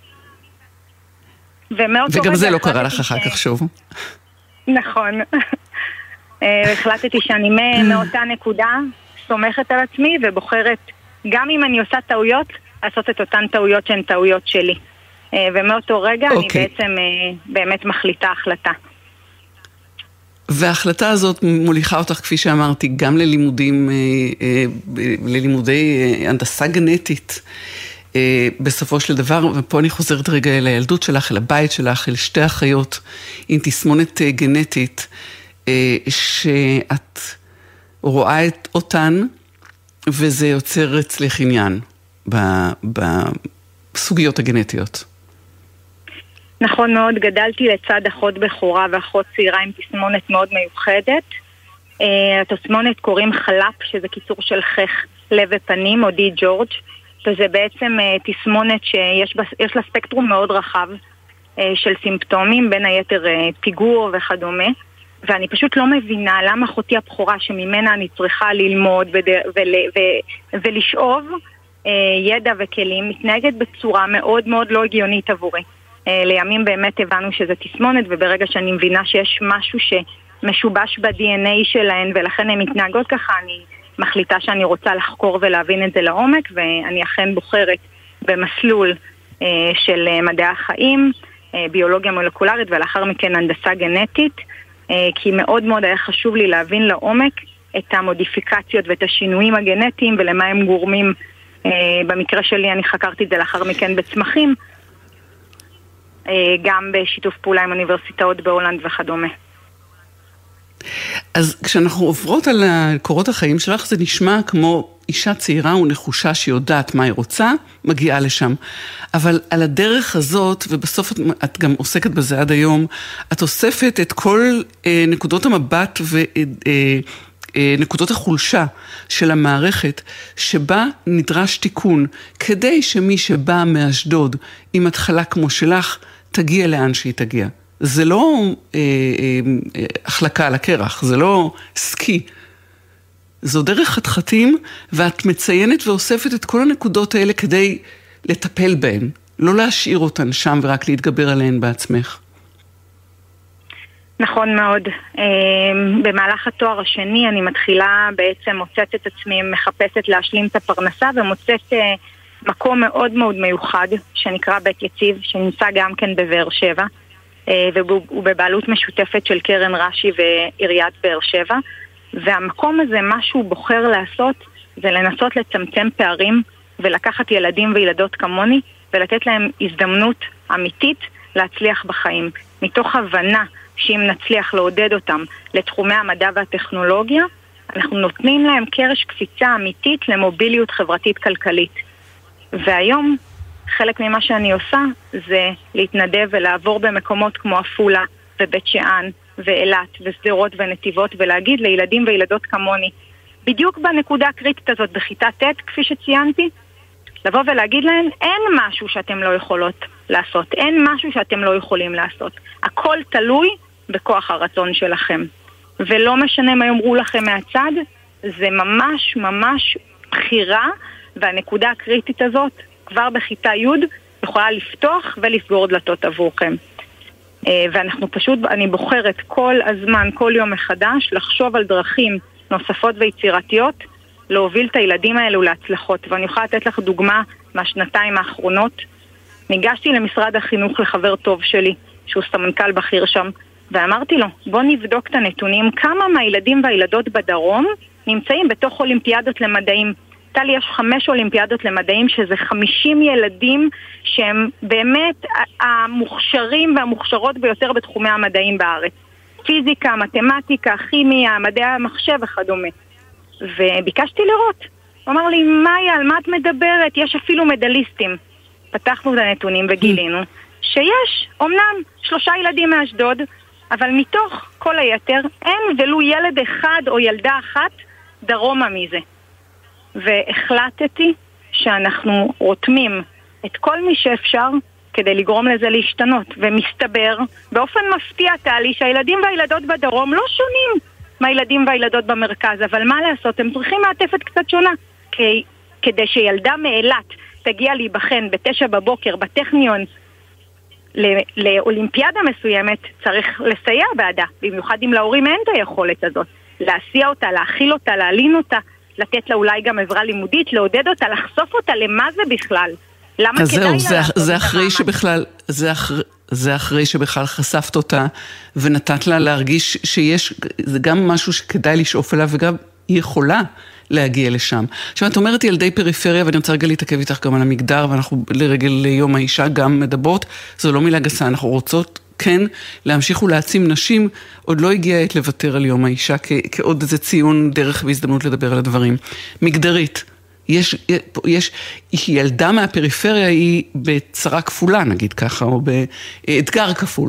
וגם זה לא קרה לך אחר כך שוב. נכון. החלטתי שאני מאותה נקודה סומכת על עצמי ובוחרת, גם אם אני עושה טעויות, לעשות את אותן טעויות שהן טעויות שלי. ומאותו רגע אני בעצם באמת מחליטה החלטה. וההחלטה הזאת מוליכה אותך, כפי שאמרתי, גם ללימודים, ללימודי הנדסה גנטית, בסופו של דבר, ופה אני חוזרת רגע אל הילדות שלך, אל הבית שלך, אל שתי אחיות עם תסמונת גנטית, שאת רואה את אותן, וזה יוצר אצלך עניין בסוגיות הגנטיות. נכון מאוד, גדלתי לצד אחות בכורה ואחות צעירה עם תסמונת מאוד מיוחדת. התסמונת קוראים חל"פ, שזה קיצור של חך לב ופנים, או די ג'ורג', וזה בעצם תסמונת שיש בה, יש לה ספקטרום מאוד רחב של סימפטומים, בין היתר פיגור וכדומה. ואני פשוט לא מבינה למה אחותי הבכורה שממנה אני צריכה ללמוד וד... ול... ו... ולשאוב ידע וכלים, מתנהגת בצורה מאוד מאוד לא הגיונית עבורי. לימים באמת הבנו שזה תסמונת, וברגע שאני מבינה שיש משהו שמשובש ב-די אן איי שלהן, ולכן הן מתנהגות ככה, אני מחליטה שאני רוצה לחקור ולהבין את זה לעומק, ואני אכן בוחרת במסלול של מדעי החיים, ביולוגיה מולקולרית, ולאחר מכן הנדסה גנטית, כי מאוד מאוד היה חשוב לי להבין לעומק את המודיפיקציות ואת השינויים הגנטיים ולמה הם גורמים. במקרה שלי אני חקרתי את זה לאחר מכן בצמחים, גם בשיתוף פעולה עם אוניברסיטאות בהולנד וכדומה. אז כשאנחנו עוברות על קורות החיים שלך, זה נשמע כמו אישה צעירה ונחושה שיודעת מה היא רוצה, מגיעה לשם. אבל על הדרך הזאת, ובסוף את, את גם עוסקת בזה עד היום, את אוספת את כל אה, נקודות המבט ונקודות אה, החולשה של המערכת, שבה נדרש תיקון, כדי שמי שבא מאשדוד עם התחלה כמו שלך, תגיע לאן שהיא תגיע. זה לא אה, אה, החלקה על הקרח, זה לא סקי. זו דרך חתחתים, ואת מציינת ואוספת את כל הנקודות האלה כדי לטפל בהן, לא להשאיר אותן שם ורק להתגבר עליהן בעצמך. נכון מאוד. במהלך התואר השני אני מתחילה בעצם מוצאת את עצמי, מחפשת להשלים את הפרנסה, ומוצאת מקום מאוד מאוד מיוחד שנקרא בית יציב, שנמצא גם כן בבאר שבע, והוא בבעלות משותפת של קרן רש"י ועיריית באר שבע. והמקום הזה, מה שהוא בוחר לעשות, זה לנסות לצמצם פערים ולקחת ילדים וילדות כמוני ולתת להם הזדמנות אמיתית להצליח בחיים. מתוך הבנה שאם נצליח לעודד אותם לתחומי המדע והטכנולוגיה, אנחנו נותנים להם קרש קפיצה אמיתית למוביליות חברתית כלכלית. והיום חלק ממה שאני עושה זה להתנדב ולעבור במקומות כמו אפולה ובית שאן ואילת וסדרות ונתיבות, ולהגיד לילדים וילדות כמוני, בדיוק בנקודה הקריטית הזאת, בכיתה ט', כפי שציינתי, לבוא ולהגיד להם, אין משהו שאתם לא יכולות לעשות, אין משהו שאתם לא יכולים לעשות. הכל תלוי בכוח הרצון שלכם. ולא משנה מה יאמרו לכם מהצד, זה ממש ממש בחירה, והנקודה הקריטית הזאת, כבר בכיתה י' יכולה לפתוח ולסגור דלתות עבורכם. ואנחנו פשוט, אני בוחרת כל הזמן, כל יום מחדש, לחשוב על דרכים נוספות ויצירתיות, להוביל את הילדים האלו להצלחות. ואני יכולה לתת לך דוגמה מהשנתיים האחרונות. ניגשתי למשרד החינוך לחבר טוב שלי, שהוא סמנכ"ל בכיר שם, ואמרתי לו, בוא נבדוק את הנתונים, כמה מהילדים והילדות בדרום נמצאים בתוך אולימפיאדות למדעים. הייתה לי יש חמש אולימפיאדות למדעים, שזה חמישים ילדים שהם באמת המוכשרים והמוכשרות ביותר בתחומי המדעים בארץ. פיזיקה, מתמטיקה, כימיה, מדעי המחשב וכדומה. וביקשתי לראות. הוא אמר לי, מאיה, על מה את מדברת? יש אפילו מדליסטים. פתחנו את הנתונים וגילינו שיש, אומנם, שלושה ילדים מאשדוד, אבל מתוך כל היתר אין ולו ילד אחד או ילדה אחת דרומה מזה. והחלטתי שאנחנו רותמים את כל מי שאפשר כדי לגרום לזה להשתנות. ומסתבר, באופן מפתיע תעלי, שהילדים והילדות בדרום לא שונים מהילדים והילדות במרכז, אבל מה לעשות? הם צריכים מעטפת קצת שונה. כי, כדי שילדה מאילת תגיע להיבחן בתשע בבוקר בטכניון לאולימפיאדה מסוימת, צריך לסייע בעדה, במיוחד אם להורים אין את היכולת הזאת. להסיע אותה, להכיל אותה, להלין אותה, לתת לה אולי גם עזרה לימודית, לעודד אותה, לחשוף אותה למה זה בכלל. למה כדאי לה לעשות את המאמץ? זה אחרי שבכלל, זה אחרי... זה אחרי שבכלל חשפת אותה ונתת לה להרגיש שיש, זה גם משהו שכדאי לשאוף אליו וגם היא יכולה להגיע לשם. עכשיו את אומרת ילדי פריפריה, ואני רוצה רגע להתעכב איתך גם על המגדר, ואנחנו לרגל יום האישה גם מדברות, זו לא מילה גסה, אנחנו רוצות כן להמשיך ולהעצים נשים, עוד לא הגיעה עת לוותר על יום האישה כ- כעוד איזה ציון דרך והזדמנות לדבר על הדברים. מגדרית, יש, יש, ילדה מהפריפריה היא בצרה כפולה, נגיד ככה, או באתגר כפול.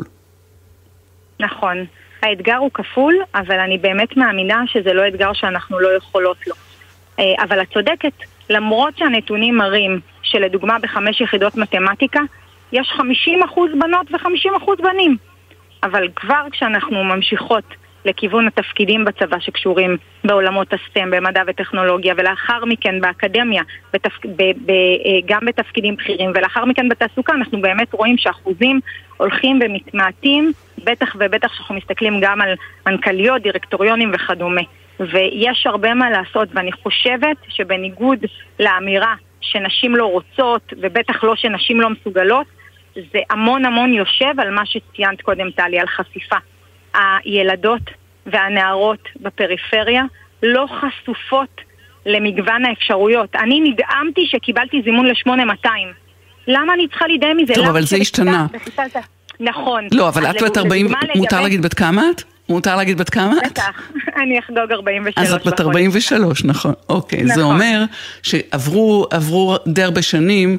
נכון. האתגר הוא כפול, אבל אני באמת מאמינה שזה לא אתגר שאנחנו לא יכולות לו. אבל את צודקת, למרות שהנתונים מראים שלדוגמה בחמש יחידות מתמטיקה, יש חמישים אחוז בנות ו-חמישים אחוז בנים. אבל כבר כשאנחנו ממשיכות לכיוון התפקידים בצבא שקשורים בעולמות הסטם, במדע וטכנולוגיה, ולאחר מכן באקדמיה, בתפק... ב... ב... גם בתפקידים בכירים, ולאחר מכן בתעסוקה, אנחנו באמת רואים שאחוזים הולכים ומתמעטים, בטח ובטח שאנחנו מסתכלים גם על מנכ"ליות, דירקטוריונים וכדומה. ויש הרבה מה לעשות, ואני חושבת שבניגוד לאמירה שנשים לא רוצות, ובטח לא שנשים לא מסוגלות, זה המון המון יושב על מה שציינת קודם טלי, על חשיפה. הילדות והנערות בפריפריה לא חשופות למגוון האפשרויות. אני נדאמתי שקיבלתי זימון ל-שמונה מאתיים. למה אני צריכה להידהם מזה? טוב, אבל זה השתנה. נכון. לא, אבל את בת ארבעים, מותר להגיד בת כמה את? מותר להגיד בת כמה את? בטח, אני אחגוג ארבעים ושלוש. אז את בת ארבעים ושלוש, נכון. אוקיי, זה אומר שעברו די הרבה שנים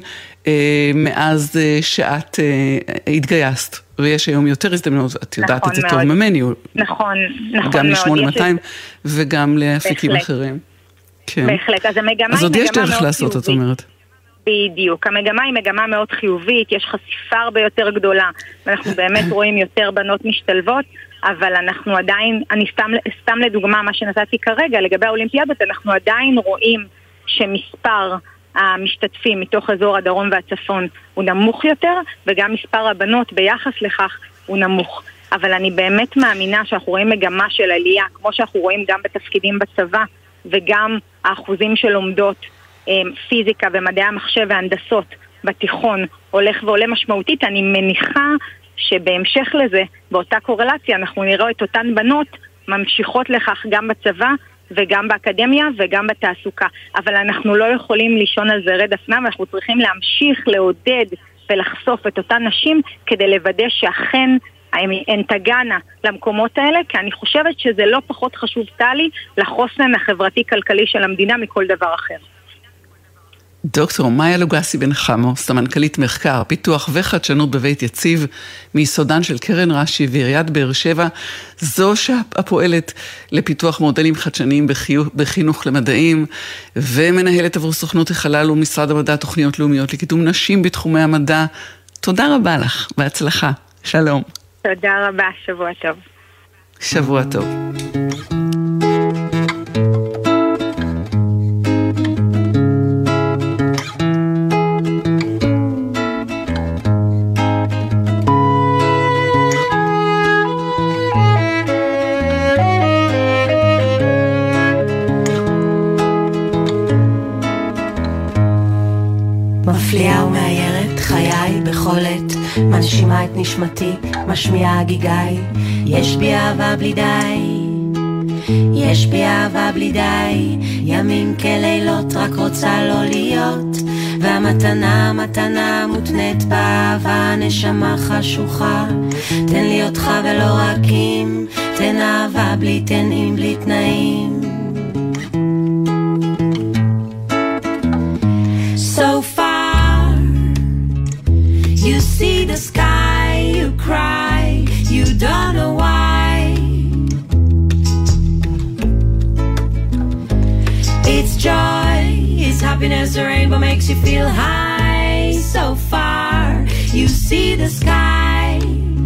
מאז שאת התגייסת. ויש היום יותר הזדמנות, את יודעת נכון את זה מאוד. טוב ממני. נכון, נכון גם מאוד. ל-שמונה מאתיים וגם לאפיקים אחרים. כן. בהחלט, אז המגמה אז עוד יש דרך לעשות, את אומרת. בדיוק, המגמה היא מגמה מאוד חיובית, יש חשיפה הרבה יותר גדולה, ואנחנו באמת רואים יותר בנות משתלבות, אבל אנחנו עדיין, אני סתם, סתם לדוגמה מה שנתתי כרגע, לגבי האולימפיאדות, אנחנו עדיין רואים שמספר המשתתפים מתוך אזור הדרום והצפון הוא נמוך יותר, וגם מספר הבנות ביחס לכך הוא נמוך. אבל אני באמת מאמינה שאנחנו רואים מגמה של עלייה, כמו שאנחנו רואים גם בתפקידים בצבא, וגם האחוזים של לומדות פיזיקה ומדעי המחשב והנדסות בתיכון הולך ועולה משמעותית. אני מניחה שבהמשך לזה, באותה קורלציה, אנחנו נראה את אותן בנות ממשיכות לכך גם בצבא, וגם באקדמיה וגם בתעסוקה. אבל אנחנו לא יכולים לישון על זרי דפנה, ואנחנו צריכים להמשיך לעודד ולחשוף את אותן נשים כדי לוודא שאכן הן תגענה למקומות האלה, כי אני חושבת שזה לא פחות חשוב טלי לחוסן החברתי-כלכלי של המדינה מכל דבר אחר. דוקטור מאיה לוגסי בן חמו, סמנכ"לית מחקר, פיתוח וחדשנות בבית יציב, מיסודן של קרן רש"י ועיריית באר שבע, זו שהפועלת לפיתוח מודלים חדשניים בחינוך למדעים, ומנהלת עבור סוכנות החלל ומשרד המדע תוכניות לאומיות לקידום נשים בתחומי המדע. תודה רבה לך, בהצלחה. שלום. תודה רבה, שבוע טוב. שבוע טוב. מפליאה ומאיירת חיי בכל עת, מנשימה את נשמתי, משמיעה הגיגי. יש בי אהבה בלי די, יש בי אהבה בלי די, ימים כלילות רק רוצה לא להיות, והמתנה מתנה מותנית באהבה, נשמה חשוכה. תן לי אותך ולא רק אם, תן אהבה בלי תנאים בלי תנאים. So far, you see the sky, you cry, you don't know why. It's joy, it's happiness, the rainbow makes you feel high. So far, you see the sky.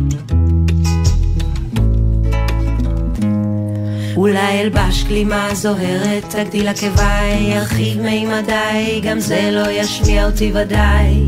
אולי אלבש כלימה זוהרת, תגדיל עקביי, ירחיב מימדיי, גם זה לא ישמיע אותי ודאי.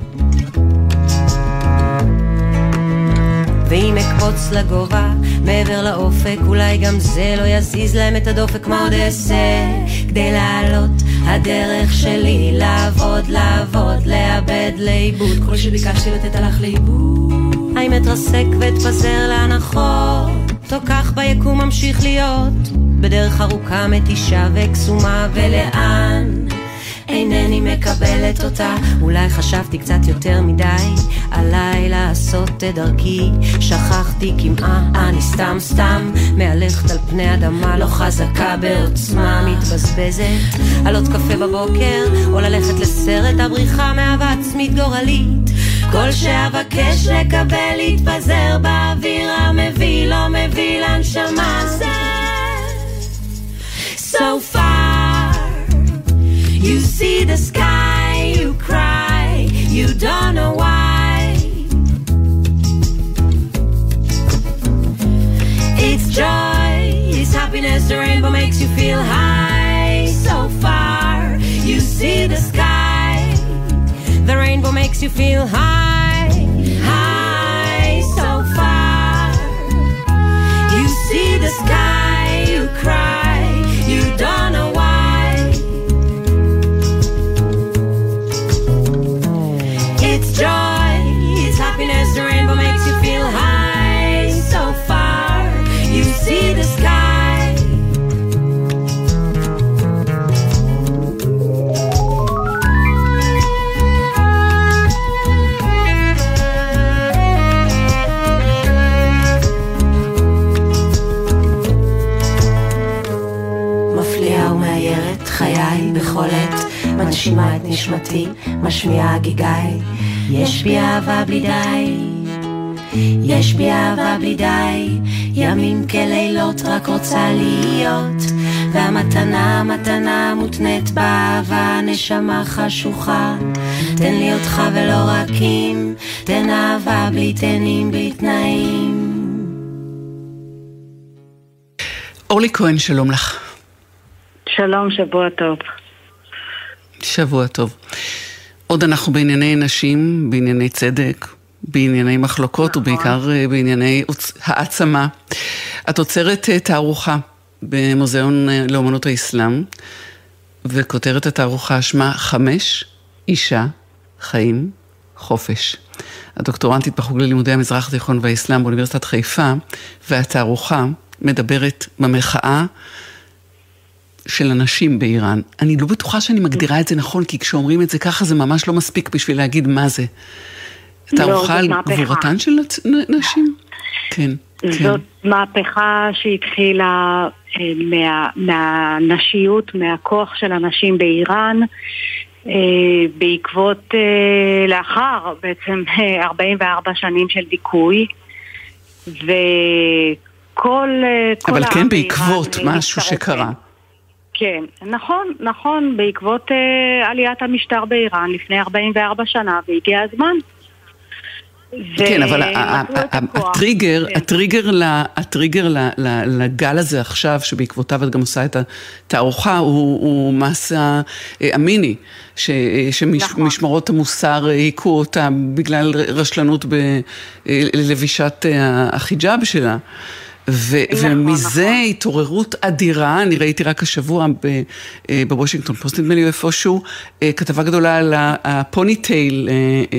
ואם אקפוץ לגובה, מעבר לאופק, אולי גם זה לא יזיז להם את הדופק. מה עוד אעשה כדי לעלות? הדרך שלי לעבוד, לעבוד, לאבד, לאיבוד. כל שביקשתי לתת הלך לאיבוד. האם אתרסק ואתפזר להנחות? תוקח ביקום ממשיך להיות בדרך ארוכה מתישה וקסומה, ולאן אינני מקבלת אותה. אולי חשבתי קצת יותר מדי עליי לעשות את דרכי, שכחתי כמעה, אני סתם סתם מהלכת על פני אדמה, לא חזקה בעוצמה, מתבזבזת על עוד קפה בבוקר או ללכת לסרט, הבריחה מאהבה עצמית גורלית. כל שאבקש לקבל להתפזר באוויר המביא לא מביא לנשמה. So far, you see the sky, you cry, you don't know why. It's joy, it's happiness, the rainbow makes you feel high. So far, you see the sky, the rainbow makes you feel high, high. So far, you see the sky, you cry, you don't know why. It's joy, it's happiness, the rainbow makes you feel high. So far, you see the sky. חיי בכל עת, מנשימה את נשמתי, משמיעה הגיגי. יש בי אהבה בלי די, יש בי אהבה בלי די, ימים כלילות רק רוצה להיות, והמתנה מתנה מותנית באהבה, נשמה חשוכה. תן לי אותך ולא רק אם, תן אהבה בלי תנים בלי תנאים. אורלי כהן, שלום לך. שלום, שבוע טוב. שבוע טוב. עוד אנחנו בענייני נשים, בענייני צדק, בענייני מחלוקות, נכון. ובעיקר בענייני העצמה. את עוצרת תערוכה במוזיאון לאומנות האסלאם, וכותרת התערוכה שמה חמש, אישה, חיים, חופש. הדוקטורנטית בחוג ללימודי המזרח התיכון והאסלאם באוניברסיטת חיפה, והתערוכה מדברת במחאה של אנשים באיראן. אני לא בטוחה שאני מגדירה את זה נכון, כי כשאומרים את זה ככה זה ממש לא מספיק בשביל להגיד מה זה. תערוכה על גבורתן של נשים? כן. זאת מהפכה שהתחילה מה, מהנשיות, מהכוח של הנשים באיראן, בעקבות, לאחר בעצם ארבעים וארבע שנים של דיכוי, וכל... אבל כן בעקבות משהו שקרה. כן, נכון, נכון, בעקבות עליית המשטר באיראן לפני ארבעים וארבע שנה, והגיע הזמן. כן, אבל הטריגר, הטריגר, הטריגר לגל הזה עכשיו, שבעקבותיו את גם עושה את התערוכה, הוא מעשה אמיני, שמשמרות המוסר עיקו אותה בגלל רשלנות בלבישת החיג'אב שלה. ומזה התעוררות אדירה, אני ראיתי רק השבוע בוושינגטון פוסט, נדמה לי איפשהו, כתבה גדולה על הפוניטייל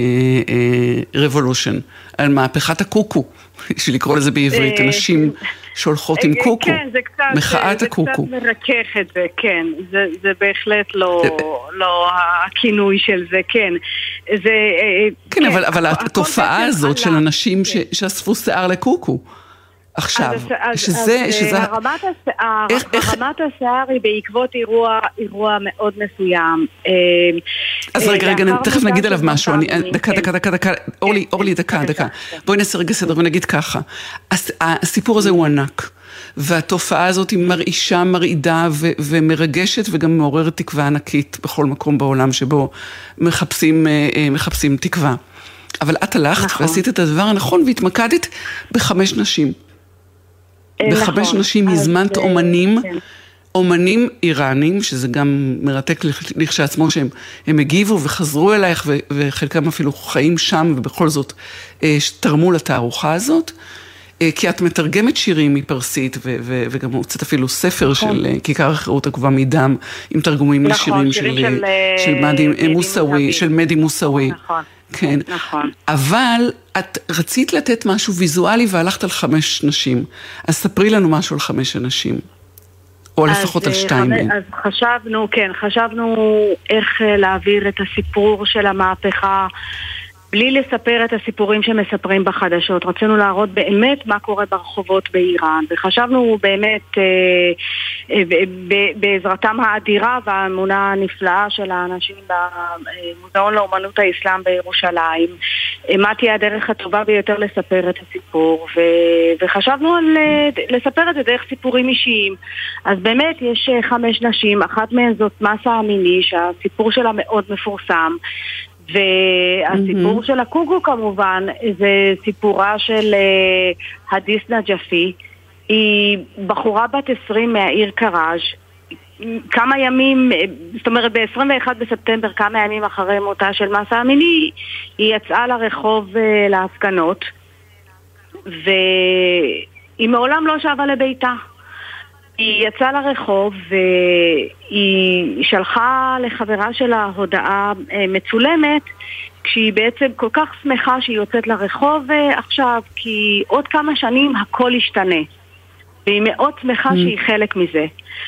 רבולושן, על מהפכת הקוקו, בשביל לקרוא לזה בעברית, אנשים שהולכות עם קוקו, מחאת הקוקו. זה קצת מרכך את זה, כן, זה בהחלט לא הכינוי של זה, כן. כן, אבל התופעה הזאת של אנשים שאספו שיער לקוקו, עכשיו, אז, שזה, אז שזה... הרמת השיער, איך, הרמת השיער היא בעקבות אירוע, אירוע מאוד מסוים. אז רגע, רגע, תכף נגיד עליו משהו. אני, דקה, דקה, דקה, דקה, אורלי, אורלי, דקה, דקה. בואי נעשה רגע סדר ונגיד ככה. הסיפור הזה הוא ענק, והתופעה הזאת היא מרעישה, מרעידה ו- ומרגשת, וגם מעוררת תקווה ענקית בכל מקום בעולם שבו מחפשים, מחפשים תקווה. אבל את הלכת נכון. ועשית את הדבר הנכון, והתמקדת בחמש נשים. בחמש נכון. נשים הזמנת אומנים, כן. אומנים איראנים, שזה גם מרתק לכשעצמו שהם הם הגיבו וחזרו אלייך, ו- וחלקם אפילו חיים שם, ובכל זאת תרמו לתערוכה הזאת, כי את מתרגמת שירים מפרסית, ו- ו- וגם הוצאת אפילו ספר נכון. של כיכר החירות עקובה מדם, עם תרגומים נכון, לשירים של, של, של מדי מוסאווי, של מדי מוסאווי. נכון. כן, נכון. אבל את רצית לתת משהו ויזואלי והלכת על חמש נשים, אז ספרי לנו משהו על חמש אנשים, או לפחות על שתיים. אז חשבנו, כן, חשבנו איך להעביר את הסיפור של המהפכה, בלי לספר את הסיפורים שמספרים בחדשות. רצינו להראות באמת מה קורה ברחובות באיראן, וחשבנו באמת אה, אה, ב- בעזרתם האדירה והאמונה הנפלאה של האנשים במוזיאון לאומנות האסלאם בירושלים, מה תהיה הדרך הטובה ביותר לספר את הסיפור, ו- וחשבנו על לספר את זה דרך סיפורים אישיים. אז באמת יש חמש נשים, אחת מהן זאת מסה אמיני, שהסיפור שלה מאוד מפורסם, והסיפור mm-hmm. של הקוגו כמובן זה סיפורה של uh, הדיס נג'פי. היא בחורה בת עשרים מהעיר קראז'. כמה ימים, זאת אומרת ב-עשרים ואחד בספטמבר, כמה ימים אחרי מותה של מסה אמיני, היא יצאה לרחוב uh, להפגנות, והיא מעולם לא שבה לביתה. היא יצאה לרחוב והיא שלחה לחברה שלה הודעה מצולמת, כשהיא בעצם כל כך שמחה שהיא יוצאת לרחוב עכשיו, כי עוד כמה שנים הכל ישתנה, והיא מאוד שמחה mm. שהיא חלק מזה.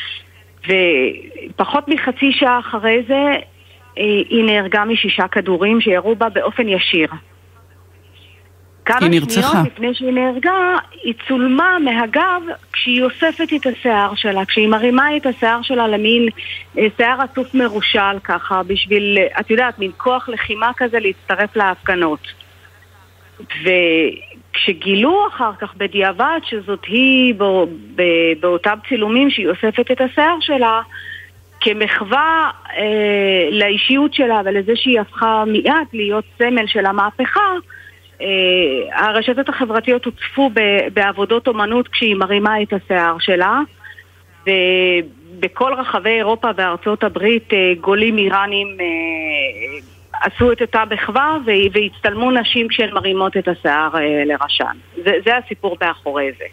ופחות מחצי שעה אחרי זה היא נהרגה משישה כדורים שירו בה באופן ישיר. כמה שניות לפני שהיא נהרגה, היא צולמה מהגב כשהיא אוספת את השיער שלה, כשהיא מרימה את השיער שלה למין שיער אסוף מרושל ככה, בשביל, את יודעת, מין כוח לחימה כזה להצטרף להפגנות. וכשגילו אחר כך בדיעבד שזאת היא בא, באותם צילומים שהיא אוספת את השיער שלה, כמחווה אה, לאישיות שלה ולזה שהיא הפכה מיד להיות סמל של המהפכה, Uh, הרשתות החברתיות הוצפו בעבודות אומנות כשהיא מרימה את השיער שלה, ובכל רחבי אירופה וארצות הברית uh, גולים איראנים uh, עשו את אותה מחווה והצטלמו נשים כשהן מרימות את השיער uh, לרשן. זה, זה הסיפור באחורי זה.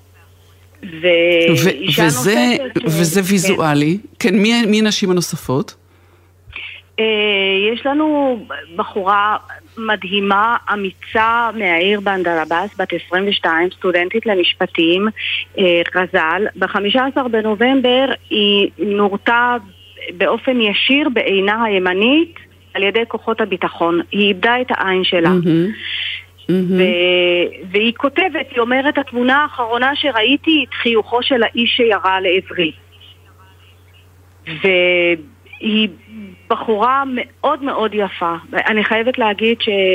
ו- וזה, וזה ויזואלי. כן, כן מי, מי נשים הנוספות? Uh, יש לנו בחורה מדהימה, אמיצה מהעיר בנדר עבאס, בת עשרים ושתיים, סטודנטית למשפטים, רזל. ב-חמישה עשר בנובמבר היא נורתה באופן ישיר בעינה הימנית על ידי כוחות הביטחון. היא איבדה את העין שלה. Mm-hmm. ו- והיא כותבת, היא אומרת, התמונה האחרונה שראיתי את חיוכו של האיש שירה לעברי. ו... היא בחורה מאוד מאוד יפה. אני חייבת להגיד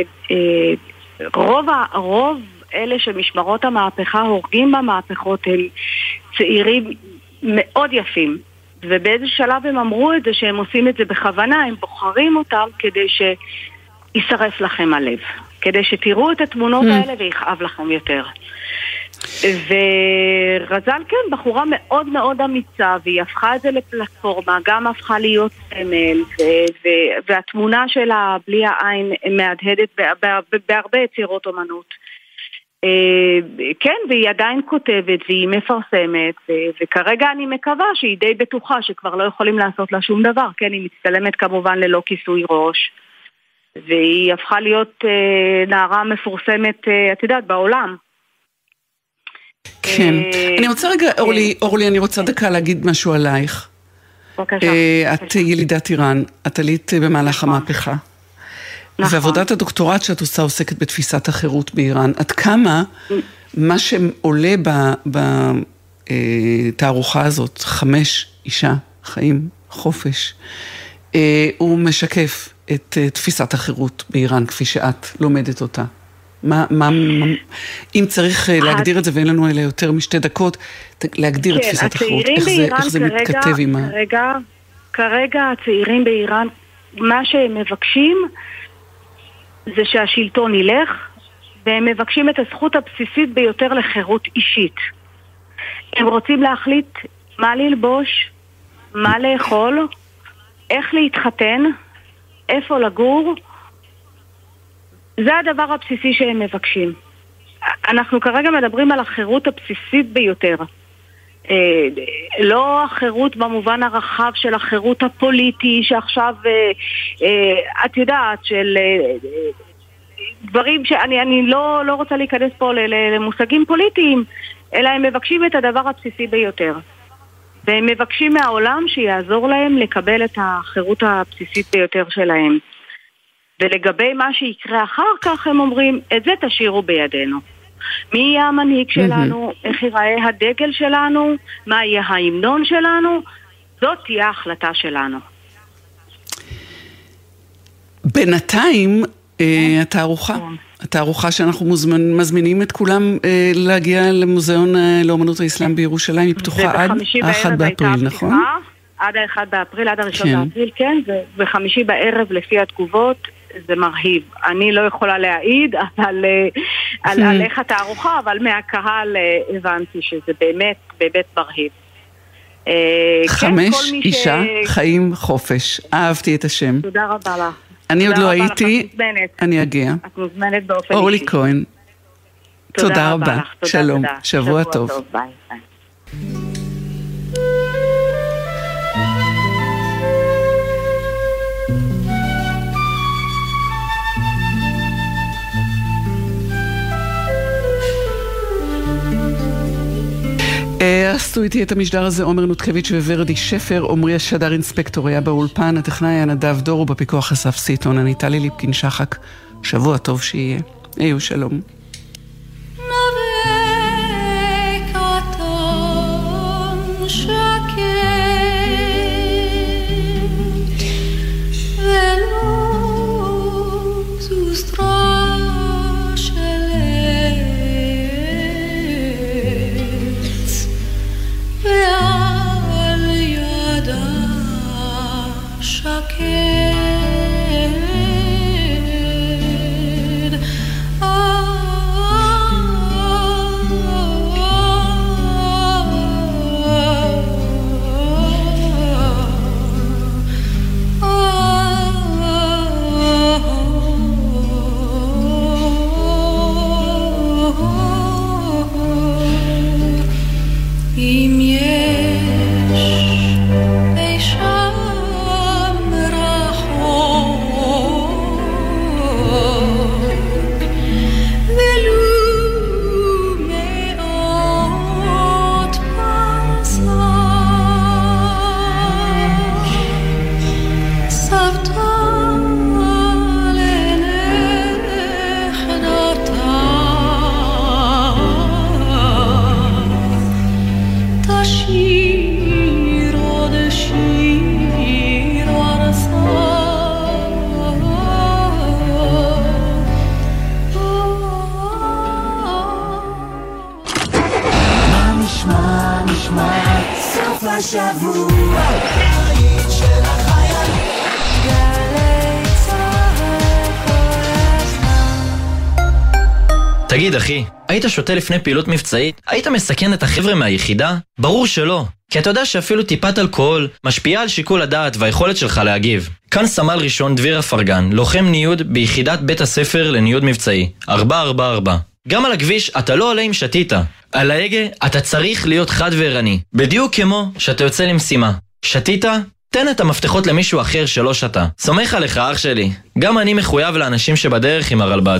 שרוב הרוב אלה שמשמרות המהפכה הורגים במהפכות הם צעירים מאוד יפים. ובאיזה שלב הם אמרו את זה שהם עושים את זה בכוונה, הם בוחרים אותם כדי שישרף לכם הלב. כדי שתראו את התמונות האלה ויכאב לכם יותר. ורזל כן, בחורה מאוד מאוד אמיצה, והיא הפכה את זה לפלטפורמה, גם הפכה להיות סמל, והתמונה שלה בלי העין מהדהדת בהרבה יצירות אומנות. כן, והיא עדיין כותבת והיא מפרסמת, וכרגע אני מקווה שהיא די בטוחה שכבר לא יכולים לעשות לה שום דבר. כן, היא מצטלמת כמובן ללא כיסוי ראש, והיא הפכה להיות נערה מפורסמת, את יודעת, בעולם. כן. אני רוצה רגע, אורלי, אורלי, אני רוצה דקה להגיד משהו עלייך. בבקשה. את ילידת איראן, את עלית במהלך המהפכה. ועבודת הדוקטורט שאת עושה עוסקת בתפיסת החירות באיראן. עד כמה מה שעולה בתערוכה הזאת, חמש, אישה, חיים, חופש, הוא משקף את תפיסת החירות באיראן כפי שאת לומדת אותה. מה, מה, אם צריך להגדיר את זה, ואין לנו אלה יותר משתי דקות, להגדיר את תפיסת החירות, איך זה, איך זה מתכתב עם ה... כרגע, כרגע הצעירים באיראן, מה שהם מבקשים זה שהשלטון ילך, והם מבקשים את הזכות הבסיסית ביותר לחירות אישית. הם רוצים להחליט מה ללבוש, מה לאכול, איך להתחתן, איפה לגור. זה הדבר הבסיסי שהם מבקשים. אנחנו כרגע מדברים על החירות הבסיסית ביותר. לא החירות במובן הרחב של החירות הפוליטי שעכשיו את יודעת של דברים שאני אני לא לא רוצה להיכנס פה למושגים פוליטיים, אלא הם מבקשים את הדבר הבסיסי ביותר, והם מבקשים מהעולם שיעזור להם לקבל את החירות הבסיסית ביותר שלהם. ולגבי מה שיקרה אחר כך הם אומרים, את זה תשאירו בידינו. מי יהיה המנהיג שלנו, איך ייראה הדגל שלנו, מה יהיה ההמנון שלנו, זאת תהיה ההחלטה שלנו. בינתיים, התערוכה, התערוכה שאנחנו מזמינים את כולם להגיע למוזיאון לאומנות האסלאם בירושלים, היא פתוחה עד האחד באפריל, נכון? עד האחד באפריל, עד הראשון באפריל, כן, ובחמישי בערב לפי התגובות, זה מרהיב. אני לא יכולה להעיד על, על, על איך התערוכה, אבל מהקהל הבנתי שזה באמת, באמת מרהיב. חמש אישה, חיים, חופש. אהבתי את השם. תודה רבה לך. אני עוד לא הייתי, אני אגיע. את מוזמנת באופן אישי. אורלי כהן. תודה רבה. שלום, שבוע טוב. ביי. עשו איתי את המשדר הזה עומר נותקביץ' וורדי שפר, עומרי השדר אינספקטור היה באולפן, הטכנאי היה נדב דור ובפיקוח אסף סיטון, אני טלי ליפקין שחק, שבוע טוב שיהיה, היו שלום. שקד, נשמע סוף השבוע היית של החייל גלי צהל כל הזמן. תגיד אחי, היית שותה לפני פעילות מבצעית? היית מסכן את החבר'ה מהיחידה? ברור שלא. כי אתה יודע שאפילו טיפת אלכוהול משפיעה על שיקול הדעת והיכולת שלך להגיב. כאן סמל ראשון דביר אפרגן, לוחם ניוד ביחידת בית הספר לניוד מבצעי, ארבע ארבע ארבע. גם על הכביש אתה לא עולה עם שתיתה. על ההגה אתה צריך להיות חד וערני. בדיוק כמו שאתה יוצא למשימה. שתיתה? תן את המפתחות למישהו אחר שלא שתה. סומך עליך אח שלי. גם אני מחויב לאנשים שבדרך עם הרלב"ד.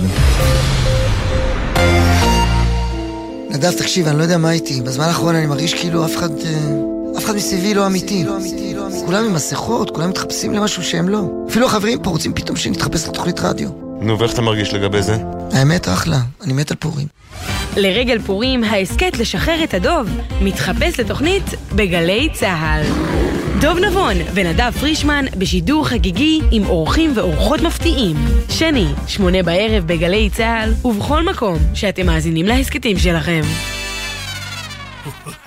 נדב, תקשיב, אני לא יודע מה איתי. בזמן האחרון אני מרגיש כאילו אף אחד... אף אחד מסביבי לא אמיתי. כולם עם מסכות, כולם מתחפשים למשהו שהם לא. אפילו החברים פה רוצים פתאום שנתחפש לתוכנית רדיו. נו, ואיך אתה מרגיש לגבי זה? האמת, אחלה. אני מת על פורים. לרגל פורים, העסקת לשחרר את הדוב מתחפש לתוכנית בגלי צהל. דוב נבון ונדב פרישמן בשידור חגיגי עם אורחים ואורחות מפתיעים. שני, שמונה בערב בגלי צהל ובכל מקום שאתם מאזינים להסקטים שלכם.